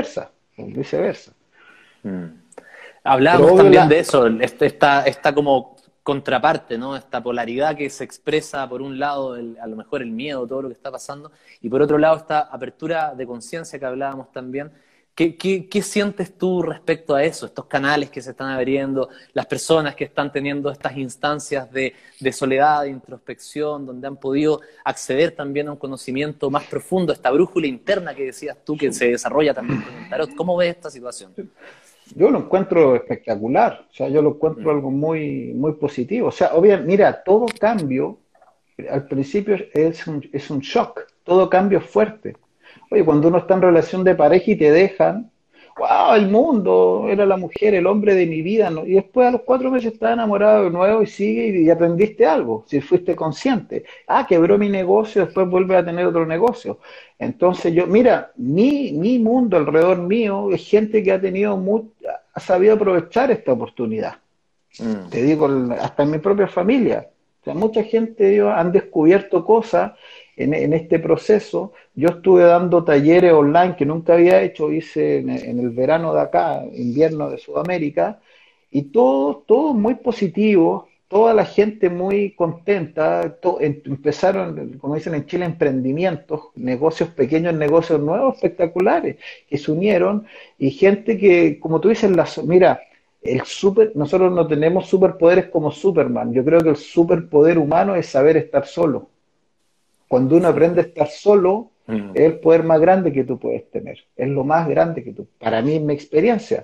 o viceversa. Mm. Pero Hablábamos obvio también de eso, esta como contraparte, ¿no? Esta polaridad que se expresa por un lado, a lo mejor el miedo, todo lo que está pasando, y por otro lado esta apertura de conciencia que hablábamos también. ¿Qué sientes tú respecto a eso? Estos canales que se están abriendo, las personas que están teniendo estas instancias de soledad, de introspección, donde han podido acceder también a un conocimiento más profundo, esta brújula interna que decías tú, que se desarrolla también con el tarot. ¿Cómo ves esta situación? yo lo encuentro espectacular, o sea, yo lo encuentro Mm. algo muy, muy positivo. O sea, obviamente, mira, todo cambio al principio es un shock, todo cambio es fuerte. Oye, cuando uno está en relación de pareja y te dejan, wow, el mundo, era la mujer, el hombre de mi vida, ¿no? Y después a los 4 meses estás enamorado de nuevo y sigue y aprendiste algo, si fuiste consciente. Ah, quebró mi negocio, después vuelve a tener otro negocio. Entonces yo, mira, mi mundo alrededor mío es gente que ha tenido, ha sabido aprovechar esta oportunidad. Mm. Te digo, hasta en mi propia familia. O sea, mucha gente ellos han descubierto cosas en este proceso. Yo estuve dando talleres online que nunca había hecho, hice en el verano de acá, invierno de Sudamérica, y todo muy positivo, toda la gente muy contenta, empezaron, como dicen en Chile, emprendimientos, negocios pequeños, negocios nuevos, espectaculares, que se unieron, y gente que, como tú dices, mira, nosotros no tenemos superpoderes como Superman. Yo creo que el superpoder humano es saber estar solo. Cuando uno aprende a estar solo, Mm. es el poder más grande que tú puedes tener. Es lo más grande que tú. Para mí, en mi experiencia.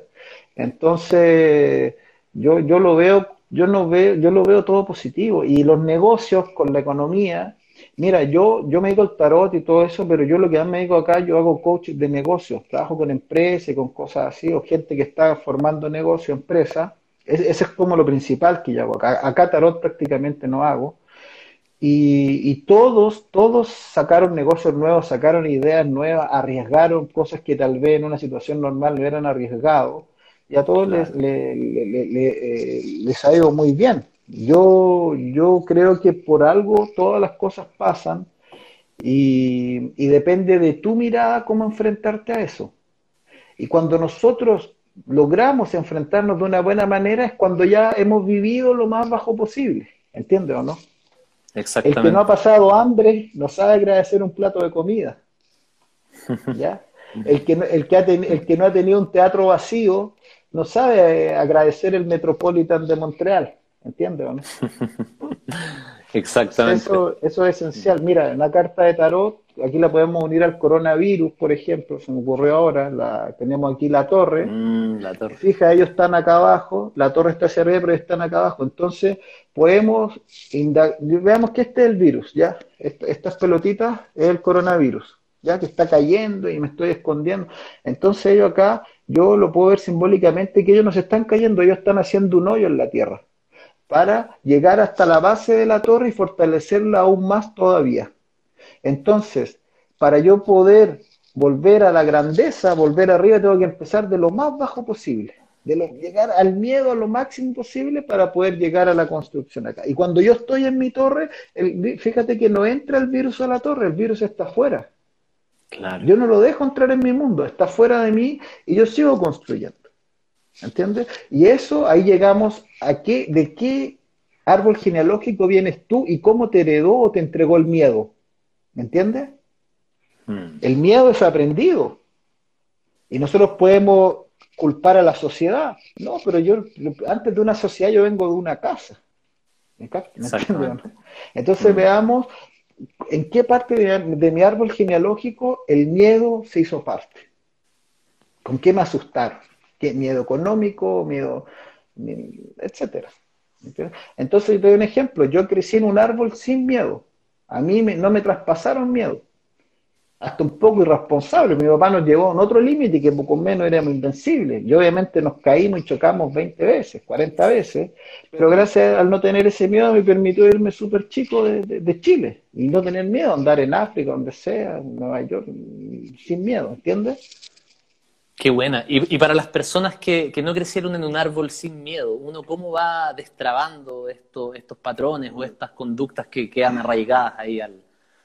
Entonces, yo lo veo, yo lo veo todo positivo. Y los negocios con la economía, mira, yo me dedico al tarot y todo eso, pero yo lo que más me dedico acá, yo hago coach de negocios, trabajo con empresas y con cosas así, o gente que está formando negocios, empresas. Ese es como lo principal que yo hago acá. Acá tarot prácticamente no hago. Y todos sacaron negocios nuevos, sacaron ideas nuevas, arriesgaron cosas que tal vez en una situación normal no eran arriesgado. Y a todos Claro. les ha ido muy bien. Yo creo que por algo todas las cosas pasan y depende de tu mirada cómo enfrentarte a eso. Y cuando nosotros logramos enfrentarnos de una buena manera es cuando ya hemos vivido lo más bajo posible. ¿Entiendes o no? El que no ha Exactamente. pasado hambre no sabe agradecer un plato de comida, ¿ya? El que no ha tenido un teatro vacío no sabe agradecer el Metropolitan de Montreal, ¿entiendes o no? Exactamente. Eso es esencial. Mira, en la carta de tarot, aquí la podemos unir al coronavirus, por ejemplo, se me ocurrió ahora, tenemos aquí la torre, La te torre. fijas, ellos están acá abajo, la torre está hacia arriba, pero ellos están acá abajo. Entonces, podemos veamos que este es el virus, ¿ya? Estas pelotitas es el coronavirus, ¿ya? Que está cayendo y me estoy escondiendo. Entonces, ellos acá, yo lo puedo ver simbólicamente que ellos no se están cayendo, ellos están haciendo un hoyo en la tierra para llegar hasta la base de la torre y fortalecerla aún más todavía. Entonces, para yo poder volver a la grandeza, volver arriba, tengo que empezar de lo más bajo posible. llegar al miedo a lo máximo posible para poder llegar a la construcción acá. Y cuando yo estoy en mi torre, fíjate que no entra el virus a la torre, el virus está afuera. Claro. Yo no lo dejo entrar en mi mundo, está fuera de mí y yo sigo construyendo. ¿Entiendes? Y eso, ahí llegamos a de qué árbol genealógico vienes tú y cómo te heredó o te entregó el miedo. ¿Me entiendes? El miedo es aprendido. Y nosotros podemos culpar a la sociedad. No, pero yo, antes de una sociedad, yo vengo de una casa. ¿Me entiendes? ¿No? Entonces veamos en qué parte de mi árbol genealógico el miedo se hizo parte. ¿Con qué me asustaron? ¿Qué miedo económico, etcétera? ¿Entiendes? Entonces, te doy un ejemplo. Yo crecí en un árbol sin miedo. A mí no me traspasaron miedo. Hasta un poco irresponsable. Mi papá nos llevó a un otro límite que poco menos éramos invencibles. Y obviamente nos caímos y chocamos 20 veces, 40 veces, pero gracias al no tener ese miedo me permitió irme súper chico de Chile y no tener miedo, andar en África, donde sea, en Nueva York, sin miedo, ¿entiendes? Qué buena. Y para las personas que no crecieron en un árbol sin miedo, ¿uno cómo va destrabando estos patrones o estas conductas que quedan arraigadas ahí a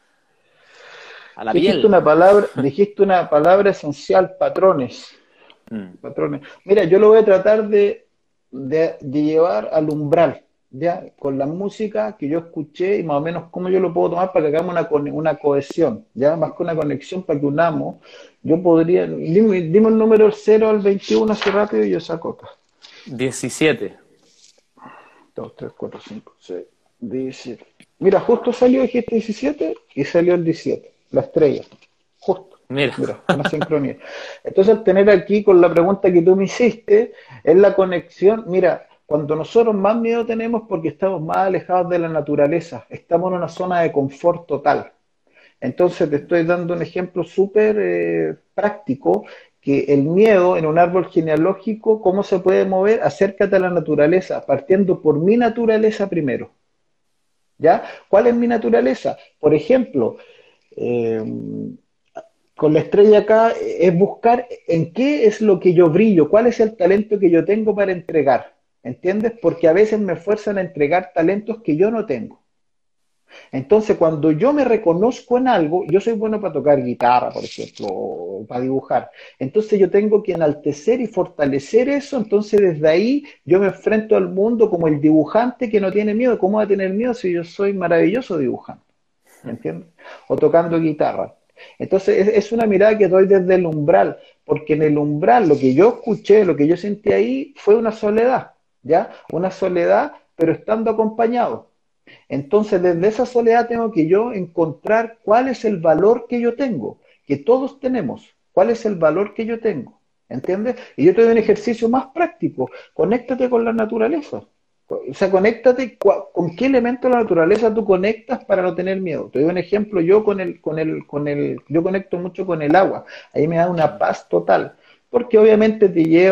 la piel? Dijiste una palabra esencial, patrones. Patrones. Mira, yo lo voy a tratar de llevar al umbral, ¿ya? Con la música que yo escuché y más o menos cómo yo lo puedo tomar para que hagamos una cohesión, ¿ya? Más que una conexión para que unamos. Yo podría, dime el número del 0 al 21 así rápido y yo saco acá. 17. 2, 3, 4, 5, 6, 17. Mira, justo salió, dijiste 17 y salió el 17, la estrella. Justo. Mira, una sincronía. Entonces, al tener aquí con la pregunta que tú me hiciste, es la conexión. Mira, cuando nosotros más miedo tenemos porque estamos más alejados de la naturaleza, estamos en una zona de confort total. Entonces, te estoy dando un ejemplo súper práctico, que el miedo en un árbol genealógico, ¿cómo se puede mover? Acércate a la naturaleza, partiendo por mi naturaleza primero. ¿Ya? ¿Cuál es mi naturaleza? Por ejemplo, con la estrella acá es buscar en qué es lo que yo brillo, cuál es el talento que yo tengo para entregar, ¿entiendes? Porque a veces me fuerzan a entregar talentos que yo no tengo. Entonces, cuando yo me reconozco en algo, yo soy bueno para tocar guitarra, por ejemplo, o para dibujar. Entonces, yo tengo que enaltecer y fortalecer eso. Entonces, desde ahí, yo me enfrento al mundo como el dibujante que no tiene miedo. ¿Cómo va a tener miedo si yo soy maravilloso dibujando? ¿Me entiendes? O tocando guitarra. Entonces, es una mirada que doy desde el umbral, porque en el umbral lo que yo escuché, lo que yo sentí ahí, fue una soledad, ¿ya? Una soledad, pero estando acompañado. Entonces, desde esa soledad tengo que yo encontrar cuál es el valor que yo tengo, que todos tenemos, cuál es el valor que yo tengo, ¿entiendes? Y yo te doy un ejercicio más práctico, conéctate con la naturaleza. O sea, conéctate con qué elemento de la naturaleza tú conectas para no tener miedo. Te doy un ejemplo, yo yo conecto mucho con el agua, ahí me da una paz total. Porque obviamente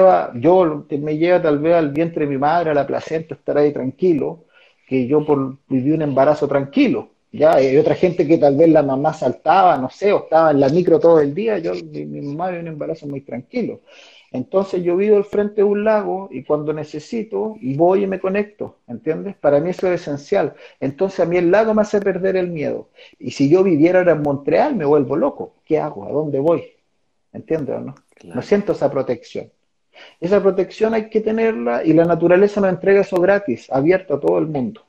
me lleva tal vez al vientre de mi madre, a la placenta, estar ahí tranquilo, que yo viví un embarazo tranquilo. Ya hay otra gente que tal vez la mamá saltaba, no sé, o estaba en la micro todo el día. Mi mamá vivió un embarazo muy tranquilo. Entonces yo vivo al frente de un lago y cuando necesito voy y me conecto, ¿entiendes? Para mí eso es esencial. Entonces a mí el lago me hace perder el miedo. Y si yo viviera ahora en Montreal me vuelvo loco. ¿Qué hago? ¿A dónde voy? ¿Entiendes o no? Claro. No siento esa protección. Esa protección hay que tenerla y la naturaleza nos entrega eso gratis, abierto a todo el mundo.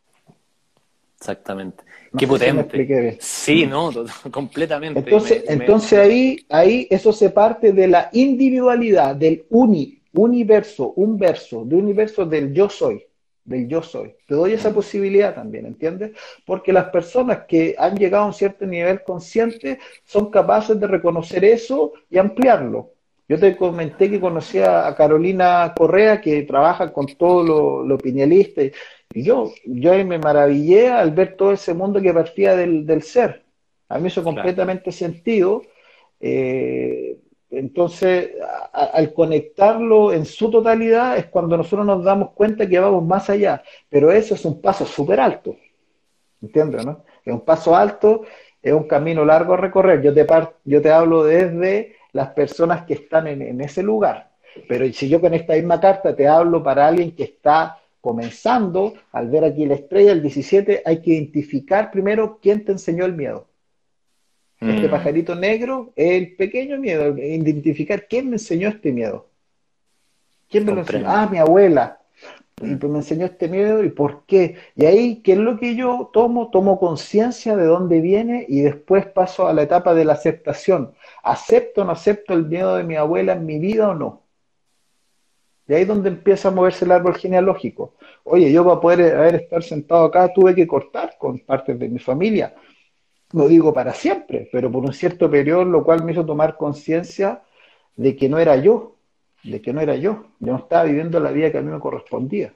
Exactamente. No Qué sé potente. si me expliqué bien. Sí, no, completamente. Entonces ahí eso se parte de la individualidad, del universo del yo soy, del yo soy. Te doy esa posibilidad también, ¿entiendes? Porque las personas que han llegado a un cierto nivel consciente son capaces de reconocer eso y ampliarlo. Yo te comenté que conocí a Carolina Correa, que trabaja con todo lo piñalista, y yo ahí me maravillé al ver todo ese mundo que partía del ser. A mí hizo completamente sentido. Entonces, al conectarlo en su totalidad es cuando nosotros nos damos cuenta que vamos más allá. Pero eso es un paso súper alto. ¿Entiendes, no? Es un paso alto, es un camino largo a recorrer. Yo te hablo desde las personas que están en ese lugar. Pero si yo con esta misma carta te hablo para alguien que está comenzando, al ver aquí la estrella, el 17, hay que identificar primero quién te enseñó el miedo. Este pajarito negro es el pequeño miedo, identificar quién me enseñó este miedo. ¿Quién me lo enseñó? Comprendo. Ah, mi abuela. Y pues me enseñó este miedo y por qué. Y ahí, ¿qué es lo que yo tomo? Tomo conciencia de dónde viene y después paso a la etapa de la aceptación. ¿Acepto o no acepto el miedo de mi abuela en mi vida o no? Y ahí es donde empieza a moverse el árbol genealógico. Oye, yo para poder estar sentado acá tuve que cortar con partes de mi familia. No digo para siempre, pero por un cierto periodo, lo cual me hizo tomar conciencia de que no era yo, de que no era yo. Yo no estaba viviendo la vida que a mí me correspondía.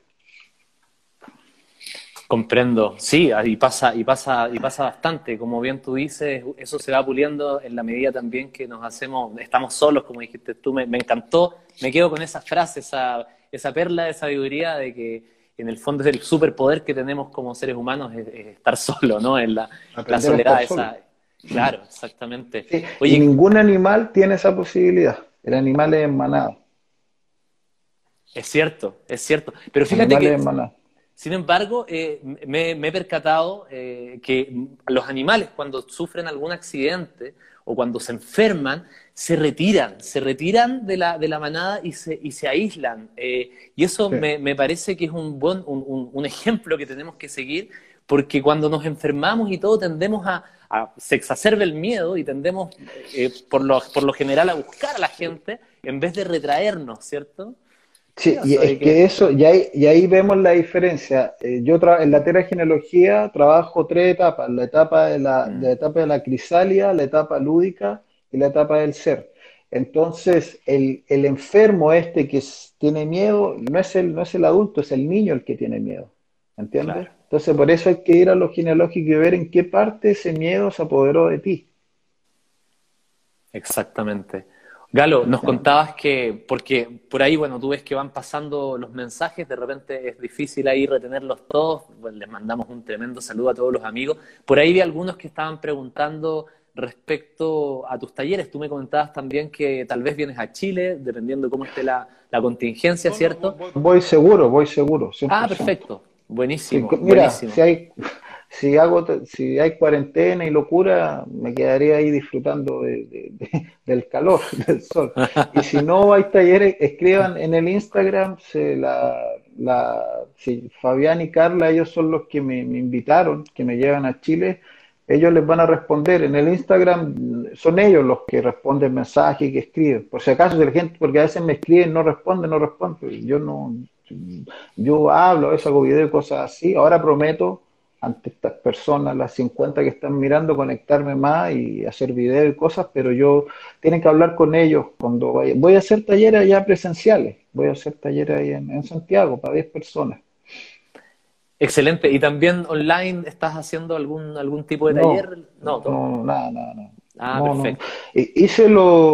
Comprendo, sí, y pasa bastante, como bien tú dices, eso se va puliendo en la medida también que nos hacemos, estamos solos, como dijiste tú, me encantó, me quedo con esa frase, esa perla de sabiduría de que en el fondo es el superpoder que tenemos como seres humanos, es estar solo, ¿no? En la Aprender a estar soledad, solo. claro, exactamente. Sí, y Oye, ningún animal tiene esa posibilidad. El animal es en manada. es cierto, pero fíjate Animales que en manada. sin embargo, me he percatado que los animales cuando sufren algún accidente o cuando se enferman, se retiran de la manada y se aíslan. Y eso Sí. me parece que es un ejemplo que tenemos que seguir, porque cuando nos enfermamos y todo tendemos se exacerba el miedo y tendemos por lo general a buscar a la gente en vez de retraernos, ¿cierto? Sí, y Eso de es que eso, y ahí vemos la diferencia. En la teragenealogía trabajo tres etapas, la etapa de la crisalia, la etapa lúdica y la etapa del ser. Entonces, el enfermo este que tiene miedo no es el adulto, es el niño el que tiene miedo. ¿Entiendes? claro. Entonces, por eso hay que ir a lo genealógico y ver en qué parte ese miedo se apoderó de ti. Exactamente. Galo, nos ¿Entiendes? contabas que, porque por ahí, bueno, tú ves que van pasando los mensajes, de repente es difícil ahí retenerlos todos, bueno, les mandamos un tremendo saludo a todos los amigos. Por ahí vi algunos que estaban preguntando respecto a tus talleres. Tú me comentabas también que tal vez vienes a Chile, dependiendo cómo esté la contingencia, ¿cierto? Voy seguro, Ah, 100%. perfecto. Sí, Buenísimo, mira, buenísimo. si hay cuarentena y locura, me quedaría ahí disfrutando del calor, del sol. Y si no hay talleres, escriban en el Instagram, si Fabián y Carla, ellos son los que me invitaron, que me llevan a Chile, ellos les van a responder. En el Instagram son ellos los que responden mensajes y que escriben. Por si acaso, si la gente, porque a veces me escriben, no responden, no responden. Yo no, yo hablo, a veces hago video y cosas así. Ahora prometo ante estas personas, las 50 que están mirando, conectarme más y hacer video y cosas, pero tienen que hablar con ellos cuando vaya. Voy a hacer talleres allá presenciales, voy a hacer talleres ahí en Santiago para 10 personas. Excelente. ¿Y también online estás haciendo algún tipo de No, taller? No, no, nada, nada, nada. ah, No, no. perfecto. Hice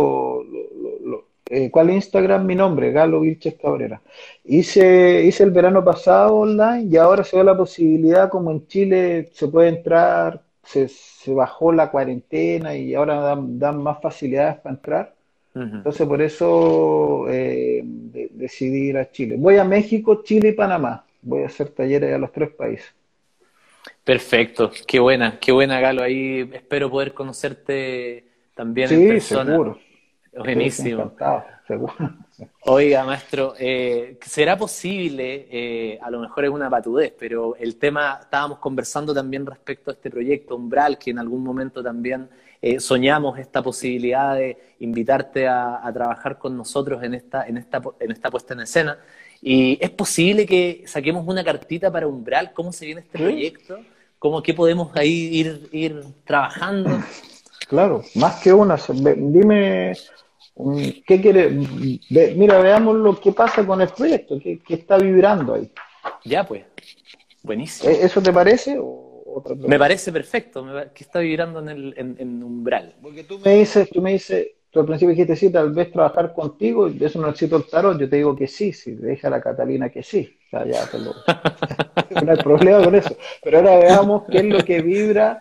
¿cuál es Instagram? Mi nombre, Galo Vilches Cabrera. Hice el verano pasado online y ahora se da la posibilidad, como en Chile se puede entrar, se bajó la cuarentena y ahora dan más facilidades para entrar. Ujú. Entonces por eso decidí ir a Chile. Voy a México, Chile y Panamá. Voy a hacer talleres a los tres países. Perfecto, qué buena Galo. Ahí espero poder conocerte también en Sí, persona. seguro. Sí, sí, Buenísimo. encantado, seguro. Oiga, maestro, ¿será posible, a lo mejor es una patudez, pero el tema, estábamos conversando también respecto a este proyecto Umbral, que en algún momento también soñamos esta posibilidad de invitarte a trabajar con nosotros en esta puesta en escena? ¿Y es posible que saquemos una cartita para Umbral? ¿Cómo se viene este Sí, proyecto? ¿Qué podemos ahí ir trabajando? claro, más que una. Dime, ¿qué quiere? Mira, veamos lo que pasa con el proyecto, qué está vibrando ahí. Ya, pues, buenísimo. ¿Eso te parece o otra Me pregunta? parece perfecto, que está vibrando en umbral. Porque tú me dices, tú al principio dijiste sí, tal vez trabajar contigo, de eso no necesito el tarot, yo te digo que sí, sí, deja a la Catalina que sí, o sea, ya te lo, no hay problema con eso. Pero ahora veamos qué es lo que vibra,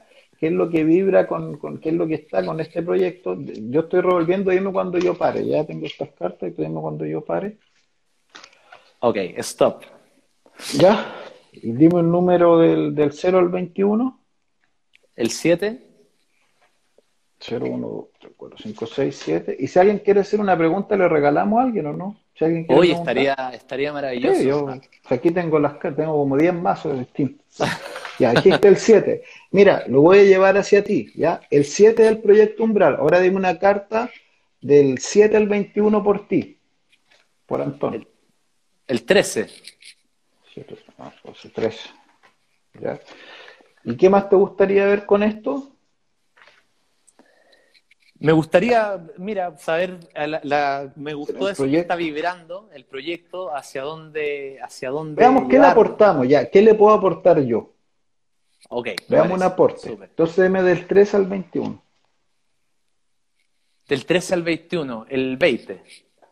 qué es lo que vibra con qué es lo que está con este proyecto. Yo estoy revolviendo, dime cuando yo pare. Ya tengo estas cartas y tú dime cuando yo pare. Ok, stop. Ya, y dime un número del 0 al 21. El 7. 0, 1, 2, 3, 4, 5, 6, 7. Y si alguien quiere hacer una pregunta, ¿le regalamos a alguien o no? Si alguien quiere Hoy preguntar. estaría Sí, maravilloso. yo aquí tengo las cartas, tengo como 10 mazos distintos. Ya, dijiste el 7. Mira, lo voy a llevar hacia ti, ¿ya? El 7 del proyecto Umbral. Ahora dime una carta del 7 al 21 por ti, por Antón. El 13. 7, 12, 13. ¿Ya? ¿Y qué más te gustaría ver con esto? Me gustaría, mira, saber, me gustó El eso que está proyecto. vibrando, el proyecto, hacia dónde Veamos qué le llevarlo. aportamos, ya. ¿Qué le puedo aportar yo? Ok, me Veamos un parece. aporte. Súper. Entonces deme del 3 al 21. Del 13 al 21, el 20.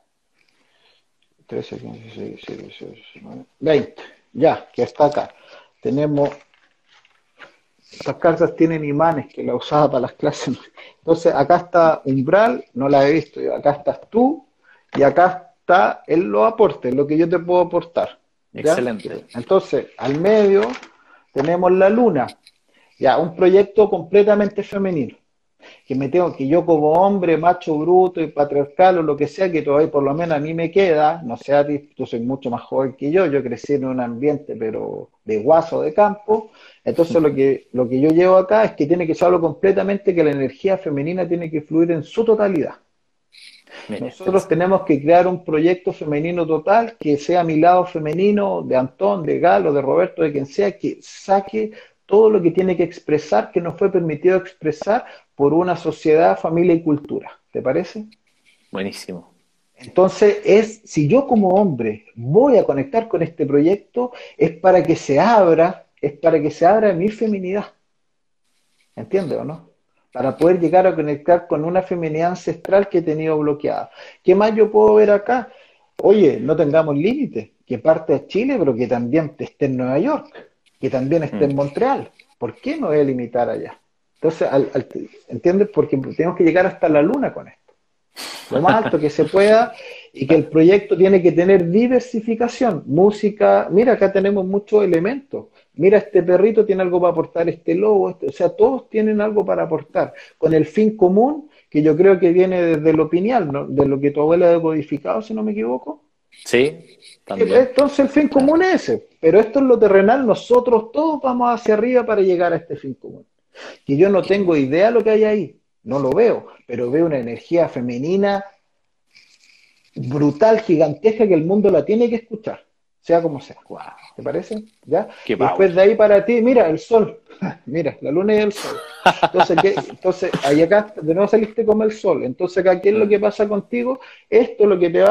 13, 15, 16, 17, 18, 19, 20. Ya, que está acá. Tenemos, estas cartas tienen imanes que la usaba para las clases. Entonces, acá está Umbral, no la he visto yo. Acá estás tú y acá está los aportes, lo que yo te puedo aportar. ¿Ya? Excelente. Entonces, al medio tenemos la luna. Ya, un proyecto completamente femenino. Que yo como hombre, macho bruto y patriarcal o lo que sea, que todavía por lo menos a mí me queda, no sé a ti, tú soy mucho más joven que yo crecí en un ambiente pero de guaso de campo, entonces lo que yo llevo acá es que tiene que ser algo completamente que la energía femenina tiene que fluir en su totalidad. Mire, Nosotros tenemos que crear un proyecto femenino total que sea mi lado femenino, de Antón, de Galo, de Roberto, de quien sea, que saque todo lo que tiene que expresar, que no fue permitido expresar por una sociedad, familia y cultura. ¿Te parece? buenísimo. Entonces, si yo como hombre voy a conectar con este proyecto, es para que se abra mi feminidad. ¿Entiendes o no? Para poder llegar a conectar con una feminidad ancestral que he tenido bloqueada. ¿Qué más yo puedo ver acá? Oye, no tengamos límites, que parte de Chile, pero que también esté en Nueva York, que también esté en Montreal. ¿Por qué no voy a limitar allá? Entonces, ¿entiendes? Porque tenemos que llegar hasta la luna con esto. Lo más alto que se pueda y que el proyecto tiene que tener diversificación, música, mira, acá tenemos muchos elementos, mira, este perrito tiene algo para aportar, este lobo, o sea, todos tienen algo para aportar, con el fin común, que yo creo que viene desde lo pineal, ¿no? De lo que tu abuela ha decodificado, si no me equivoco. Sí, también. Entonces el fin común es ese, pero esto es lo terrenal, nosotros todos vamos hacia arriba para llegar a este fin común. Que yo no tengo idea de lo que hay ahí, no lo veo, pero veo una energía femenina brutal, gigantesca, que el mundo la tiene que escuchar, sea como sea. Wow, ¿Te parece? ¿Ya? qué Y después power. de ahí para ti, mira, el sol. Mira, la luna y el sol. Entonces, ahí acá de nuevo saliste como el sol. Entonces, acá, ¿qué es lo que pasa contigo? Esto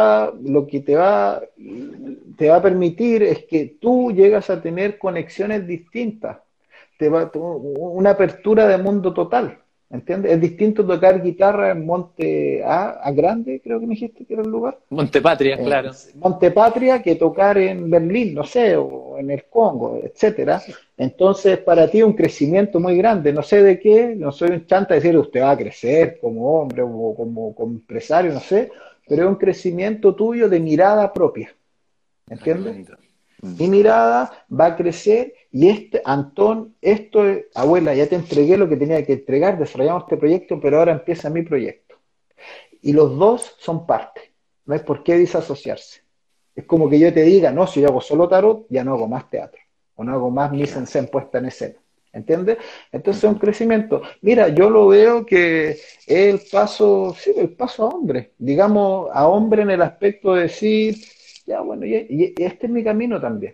te va a permitir es que tú llegas a tener conexiones distintas. Una apertura de mundo total. ¿Entiendes? Es distinto tocar guitarra en Monte A Grande, creo que me dijiste que era el lugar. Montepatria, claro. Monte Patria, que tocar en Berlín, no sé, o en el Congo, etcétera. Entonces, para ti es un crecimiento muy grande. No sé de qué, no soy un chanta de decir usted va a crecer como hombre o como empresario, no sé, pero es un crecimiento tuyo de mirada propia. Ah, qué ¿Entiendes? bonito. Mi mirada va a crecer y Antón, esto es, abuela, ya te entregué lo que tenía que entregar, desarrollamos este proyecto, pero ahora empieza mi proyecto. Y los dos son parte, no hay por qué disasociarse. Es como que yo te diga, no, si yo hago solo tarot, ya no hago más teatro, o no hago más mise en scène puesta en escena. ¿Entiendes? Entonces es un crecimiento. Mira, yo lo veo que es el paso, sí, el paso a hombre, digamos, a hombre en el aspecto de decir, ya bueno, y este es mi camino también.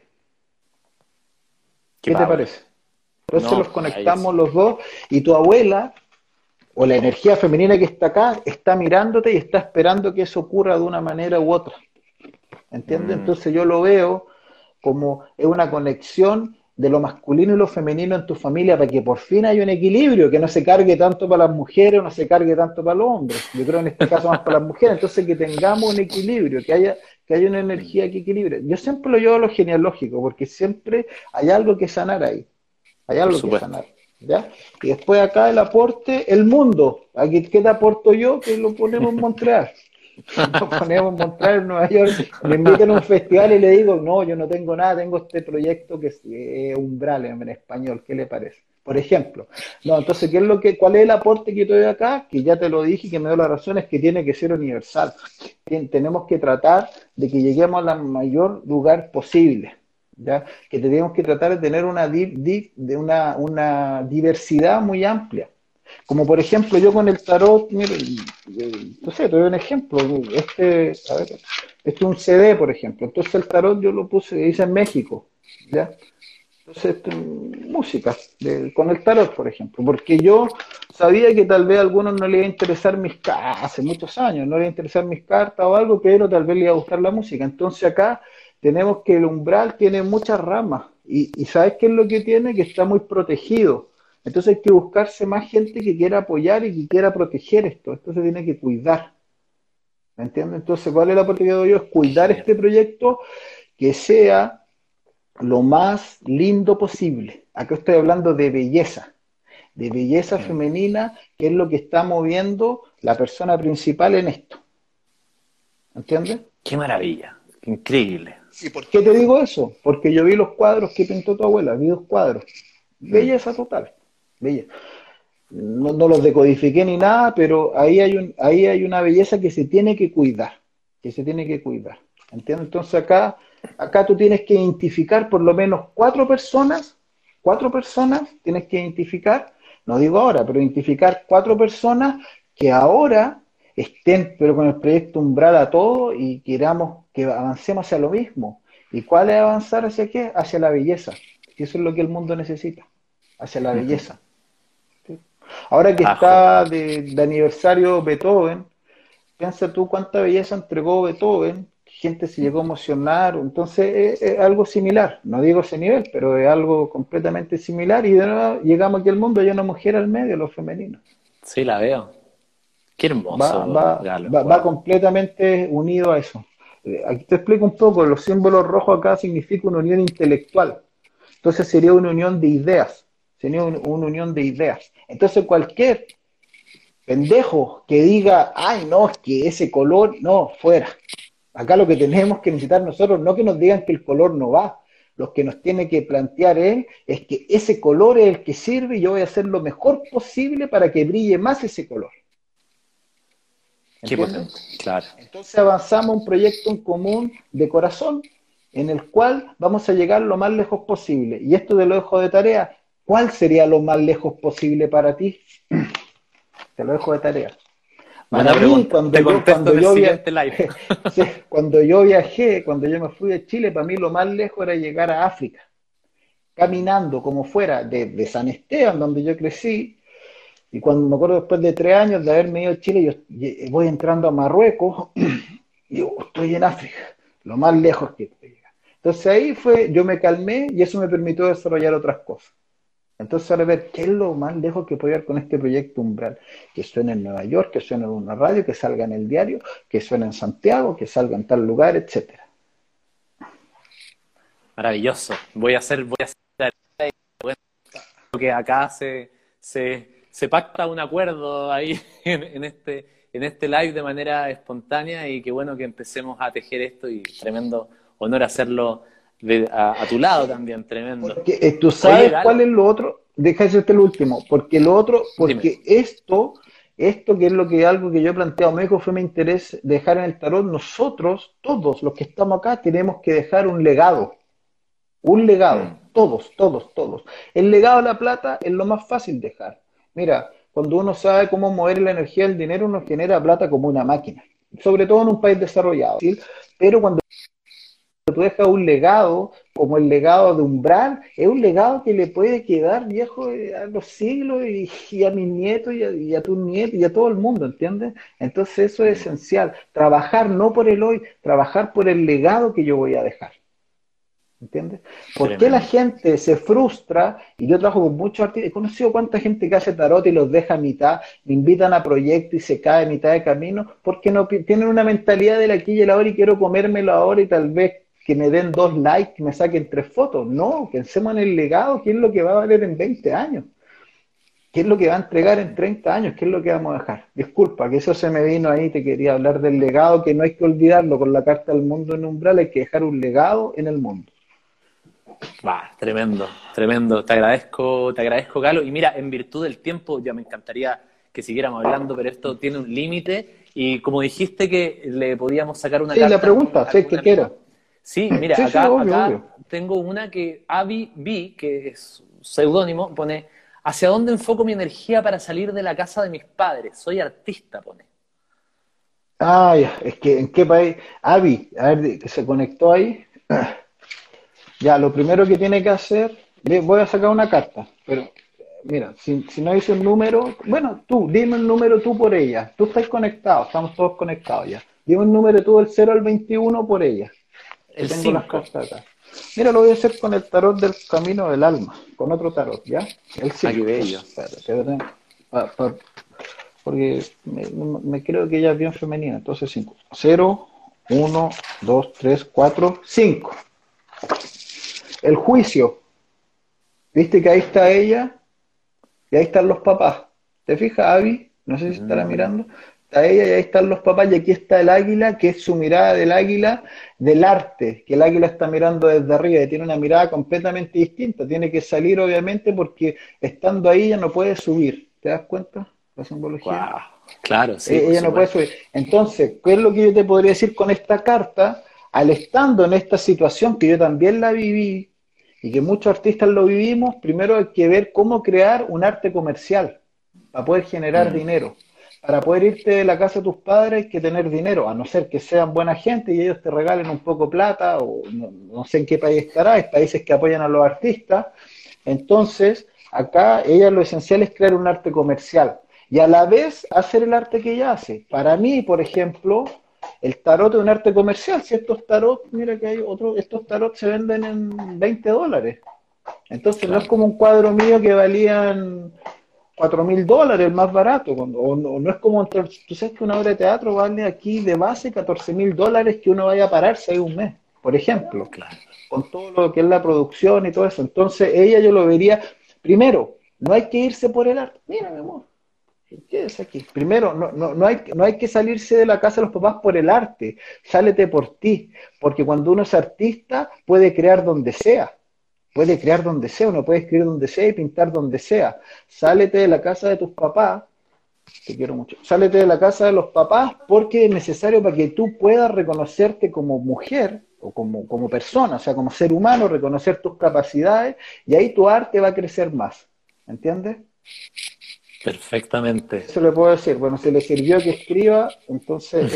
Qué ¿Qué te power. parece? Entonces los No, conectamos maravilloso. los dos y tu abuela o la energía femenina que está acá está mirándote y está esperando que eso ocurra de una manera u otra. ¿Entiendes? Mm, Entonces yo lo veo como es una conexión de lo masculino y lo femenino en tu familia para que por fin haya un equilibrio, que no se cargue tanto para las mujeres o no se cargue tanto para los hombres. Yo creo en este caso más para las mujeres. Entonces que tengamos un equilibrio, que haya una energía que equilibre. Yo siempre lo llevo a lo genealógico, porque siempre hay algo que sanar ahí. Hay por algo que supuesto. sanar. ¿ya? Y después acá el aporte, el mundo. Aquí, ¿qué te aporto yo? Que lo ponemos en Montreal. Lo ponemos en Montreal, en Nueva York. Me invitan a un festival y le digo, no, yo no tengo nada, tengo este proyecto que es Umbral en español. ¿Qué le parece? Por ejemplo. No, entonces, ¿cuál es el aporte que yo te doy acá? Que ya te lo dije y que me dio la razón, es que tiene que ser universal. Tenemos que tratar de que lleguemos al mayor lugar posible. ¿Ya? Que tenemos que tratar de tener una diversidad muy amplia. Como por ejemplo, yo con el tarot, mire, no sé, te doy un ejemplo. A ver, este es un CD, por ejemplo. Entonces el tarot yo lo puse, dice en México, ¿ya? Entonces, música, con el tarot, por ejemplo. Porque yo sabía que tal vez a algunos no les iba a interesar mis cartas, hace muchos años, no les iba a interesar mis cartas o algo, pero tal vez les iba a gustar la música. Entonces acá tenemos que el umbral tiene muchas ramas. Y ¿sabes qué es lo que tiene? Que está muy protegido. Entonces hay que buscarse más gente que quiera apoyar y que quiera proteger esto. Esto se tiene que cuidar. ¿Me entiendes? Entonces, ¿cuál es la parte que doy yo? Es cuidar Genial. este proyecto que sea lo más lindo posible. Acá estoy hablando de belleza Mm. femenina, que es lo que está moviendo la persona principal en esto. ¿Entiendes? Qué maravilla, qué increíble. ¿Y por qué te digo eso? Porque yo vi los cuadros que pintó tu abuela, vi dos cuadros. Mm. Belleza total, belleza. No, no los decodifiqué ni nada, pero ahí hay una belleza que se tiene que cuidar, que se tiene que cuidar. ¿Entiendes? Entonces acá tú tienes que identificar por lo menos cuatro personas tienes que identificar, no digo ahora, pero identificar cuatro personas que ahora estén, pero con el proyecto umbral a todo y queramos que avancemos hacia lo mismo. ¿Y cuál es avanzar hacia qué? Hacia la belleza. Y eso es lo que el mundo necesita, hacia la belleza. Ahora que Ajo. está de aniversario Beethoven, piensa tú cuánta belleza entregó Beethoven, gente se llegó a emocionar, entonces es algo similar, no digo ese nivel, pero es algo completamente similar y de nuevo llegamos aquí al mundo, hay una mujer al medio, lo femenino. Sí, la veo. Qué Va, hermoso, va, Galo. va Wow. completamente unido a eso. Aquí te explico un poco, los símbolos rojos acá significan una unión intelectual, entonces sería una unión de ideas, sería una unión de ideas. Entonces cualquier pendejo que diga, ay, no, es que ese color, no, fuera. Acá lo que tenemos que necesitar nosotros, no que nos digan que el color no va, lo que nos tiene que plantear él es que ese color es el que sirve y yo voy a hacer lo mejor posible para que brille más ese color. Qué ¿Entiendes? potente, claro. Entonces avanzamos a un proyecto en común de corazón en el cual vamos a llegar lo más lejos posible. Y esto de lo dejo de tarea, ¿cuál sería lo más lejos posible para ti? Te lo dejo de tarea. Buena Para mí, pregunta. Te contesto en el siguiente live. cuando yo me fui de Chile, para mí lo más lejos era llegar a África, caminando como fuera de San Esteban, donde yo crecí, y cuando me acuerdo después de 3 años de haberme ido a Chile, yo voy entrando a Marruecos y digo, estoy en África, lo más lejos que puedo llegar. Entonces ahí yo me calmé y eso me permitió desarrollar otras cosas. Entonces, ahora ver qué es lo más lejos que puedo llegar con este proyecto Umbral. Que suene en Nueva York, que suene en una radio, que salga en el diario, que suene en Santiago, que salga en tal lugar, etcétera. Maravilloso. Voy a hacer bueno, que acá se pacta un acuerdo ahí en este live de manera espontánea y qué bueno que empecemos a tejer esto y tremendo honor hacerlo a tu lado también, tremendo. Porque tú Oye, sabes cuál Galo, es lo otro, deja decirte lo último, porque lo otro, dime. porque esto que es lo que algo que yo he planteado, me dijo fue mi interés dejar en el tarot, nosotros, todos los que estamos acá, tenemos que dejar un legado, Mm. todos, todos, todos. El legado de la plata es lo más fácil de dejar. Mira, cuando uno sabe cómo mover la energía del dinero, uno genera plata como una máquina, sobre todo en un país desarrollado, ¿sí? Pero cuando tú dejas un legado, como el legado de Umbral, es un legado que le puede quedar viejo a los siglos y a mis nietos y a tus nietos y a todo el mundo, ¿entiendes? Entonces eso es Mm. esencial, trabajar no por el hoy, trabajar por el legado que yo voy a dejar. ¿Entiendes? ¿Por qué la Tremendo. gente se frustra? Y yo trabajo con muchos artistas, he conocido cuánta gente que hace tarot y los deja a mitad, me invitan a proyectos y se cae a mitad de camino, porque no tienen una mentalidad del aquí y el ahora y quiero comérmelo ahora y tal vez que me den 2 likes, que me saquen 3 fotos. No, pensemos en el legado, que es lo que va a valer en 20 años. ¿Qué es lo que va a entregar en 30 años? ¿Qué es lo que vamos a dejar? Disculpa, que eso se me vino ahí, te quería hablar del legado, que no hay que olvidarlo, con la Carta del Mundo en Umbral hay que dejar un legado en el mundo. Va, tremendo, tremendo. Te agradezco, Galo. Y mira, en virtud del tiempo, ya me encantaría que siguiéramos hablando, pero esto tiene un límite. Y como dijiste que le podíamos sacar una Sí, la carta a pregunta, si es algún que quiera. amigo. Sí, mira, Sí, sí, obvio, acá obvio. tengo una que Abby B, que es seudónimo, pone, ¿hacia dónde enfoco mi energía para salir de la casa de mis padres? Soy artista, pone. Ay, es que ¿en qué país? Avi, a ver, que se conectó ahí. Ya, lo primero que tiene que hacer, voy a sacar una carta, pero mira, si no dice un número, bueno, tú, dime el número tú por ella. Tú estás conectado, estamos todos conectados ya. Dime un número tú del 0 al 21 por ella, que El tengo las 5. cartas acá. Mira, lo voy a hacer con el tarot del camino del alma, con otro tarot, ¿ya? El Ah, qué 5. bello. Porque me creo que ella es bien femenina, entonces 5. 0, 1, 2, 3, 4, 5. El juicio. ¿Viste que ahí está ella? Y ahí están los papás. ¿Te fijas, Abby? No sé si estará Mm, mirando. Está ella y ahí están los papás. Y aquí está el águila, que es su mirada del águila del arte. Que el águila está mirando desde arriba y tiene una mirada completamente distinta. Tiene que salir, obviamente, porque estando ahí ella no puede subir. ¿Te das cuenta? La simbología. guau. Claro, sí, por Ella no puede supuesto. subir. Entonces, ¿qué es lo que yo te podría decir con esta carta? Al estando en esta situación que yo también la viví y que muchos artistas lo vivimos, primero hay que ver cómo crear un arte comercial para poder generar Mm, dinero. Para poder irte de la casa de tus padres hay que tener dinero, a no ser que sean buena gente y ellos te regalen un poco de plata, o no sé en qué país estará, hay países que apoyan a los artistas. Entonces, acá ella lo esencial es crear un arte comercial y a la vez hacer el arte que ella hace. Para mí, por ejemplo, el tarot es un arte comercial. Si estos tarot, mira que hay otros, estos tarot se venden en $20. Entonces no es claro. como un cuadro mío que valían $4.000, el más barato. No es como, tú sabes que una obra de teatro vale aquí de base $14.000 que uno vaya a pararse ahí un mes, por ejemplo, Claro. con todo lo que es la producción y todo eso. Entonces ella yo lo vería, primero, no hay que irse por el arte. Mira, mi amor, ¿qué es aquí? Primero, no hay que salirse de la casa de los papás por el arte, sálete por ti, porque cuando uno es artista puede crear donde sea. Puede crear donde sea, uno puede escribir donde sea y pintar donde sea. Sálete de la casa de tus papás, te quiero mucho. Sálete de la casa de los papás porque es necesario para que tú puedas reconocerte como mujer o como persona, o sea, como ser humano, reconocer tus capacidades y ahí tu arte va a crecer más. ¿Entiendes? Perfectamente. Eso le puedo decir. Bueno, si le sirvió que escriba, entonces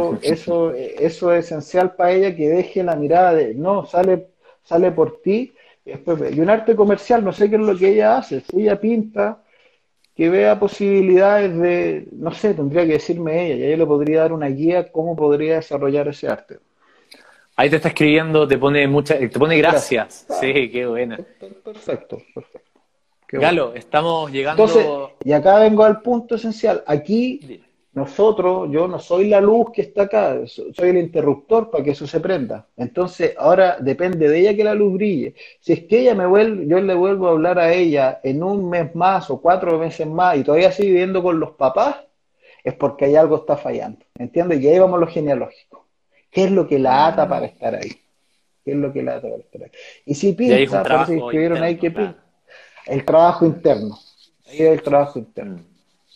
eso es esencial para ella, que deje la mirada de, no, sale por ti. Y un arte comercial, no sé qué es lo que ella hace. Si ella pinta, que vea posibilidades de, no sé, tendría que decirme ella, y yo le podría dar una guía cómo podría desarrollar ese arte. Ahí te está escribiendo, te pone Gracias. gracias. Sí, qué buena. Perfecto, perfecto. Qué bueno. Galo, estamos Entonces, llegando. y acá vengo al punto esencial. Aquí Dime. nosotros, yo no soy la luz que está acá, soy el interruptor para que eso se prenda. Entonces, ahora depende de ella que la luz brille. Si es que ella yo le vuelvo a hablar a ella en un mes más o 4 meses más y todavía sigue viviendo con los papás, es porque hay algo está fallando. ¿Entiendes? Y ahí vamos a lo genealógico. ¿Qué es lo que la ata para Mm. estar ahí? ¿Qué es lo que la ata para estar ahí? Y si Y ahí es un pinta, parece que trabajo escribieron ahí interno, que claro. pinta. El trabajo interno. Ahí es el trabajo interno. Mm.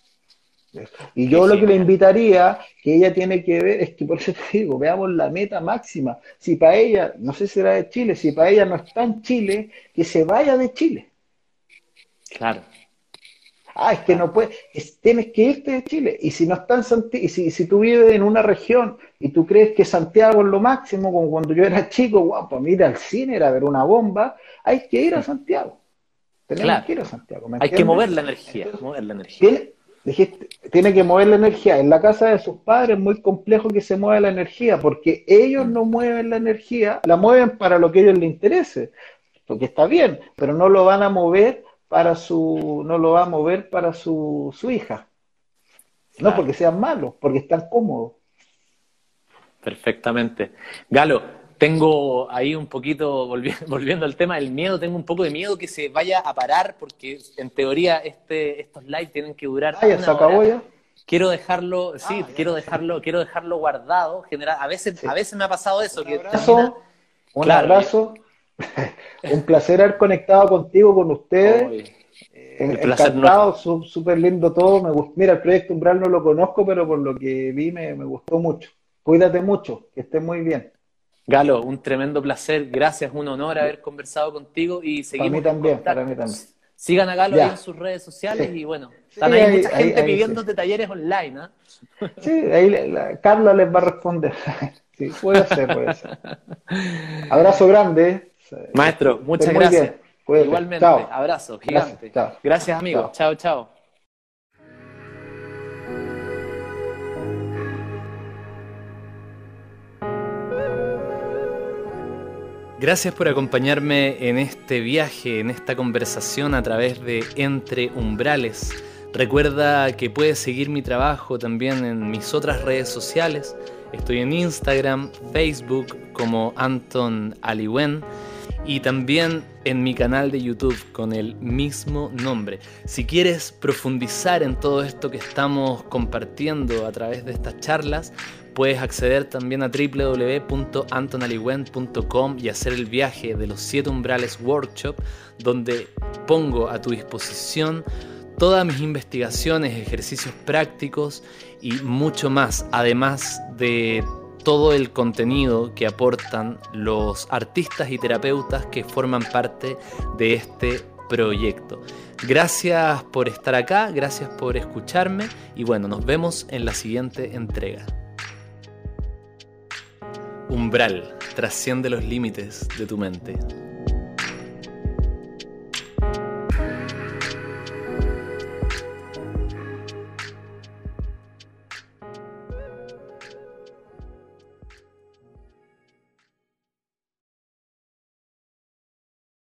Y Qué yo lo que le genial. invitaría, que ella tiene que ver, es que por eso te digo, veamos la meta máxima. Si para ella, no sé si será de Chile, si para ella no está en Chile, que se vaya de Chile. Claro, Ah, es que claro. no puedes, tienes que irte de Chile. Y si no está en Santiago, y si tú vives en una región y tú crees que Santiago es lo máximo, como cuando yo era chico, guapo, mira al cine, era ver una bomba, hay que ir a Santiago. Tenemos Claro. que ir a Santiago, ¿me Hay que entiendes? mover la energía, Entonces, mover la energía. tiene, tiene que mover la energía. En la casa de sus padres es muy complejo que se mueva la energía, porque ellos Mm. no mueven la energía, la mueven para lo que a ellos les interese, lo que está bien, pero no lo van a mover no lo va a mover para su hija. No Claro, porque sean malos, porque están cómodos. perfectamente. Galo, tengo ahí un poquito, volviendo al tema del miedo, tengo un poco de miedo que se vaya a parar porque en teoría estos live tienen que durar Ya una se acabó hora. ya. Quiero dejarlo, sí, Ya, quiero dejarlo guardado. sí. A veces me ha pasado eso, Un que termina, abrazo, un claro, abrazo. Un placer haber conectado contigo, con ustedes. hoy el placer no es. Encantado, súper lindo todo. Me gustó. Mira, el proyecto Umbral no lo conozco, pero por lo que vi me gustó mucho. Cuídate mucho, que estés muy bien. Galo, un tremendo placer, gracias, un honor haber conversado contigo y Para mí seguimos en también, para mí contacto. también. Sigan a Galo ahí en Ya, sus redes sociales sí. y bueno, Sí, están ahí mucha ahí, gente ahí sí. pidiéndote talleres online, ¿ah? Sí, ahí Carla les va a responder. Sí, puede ser, puede ser. Abrazo grande. Maestro, Que estés muchas muy gracias. bien. Cuídate. Igualmente, Chao. abrazo Gracias. gigante. Chao. Gracias, amigos. Chao. Chao, chao. Gracias por acompañarme en este viaje, en esta conversación a través de Entre Umbrales. Recuerda que puedes seguir mi trabajo también en mis otras redes sociales. Estoy en Instagram, Facebook como Anton Aliwen y también en mi canal de YouTube con el mismo nombre. Si quieres profundizar en todo esto que estamos compartiendo a través de estas charlas, puedes acceder también a www.antonaliwen.com y hacer el viaje de los 7 umbrales workshop, donde pongo a tu disposición todas mis investigaciones, ejercicios prácticos y mucho más, además de todo el contenido que aportan los artistas y terapeutas que forman parte de este proyecto. Gracias por estar acá, gracias por escucharme y bueno, nos vemos en la siguiente entrega. Umbral, trasciende los límites de tu mente.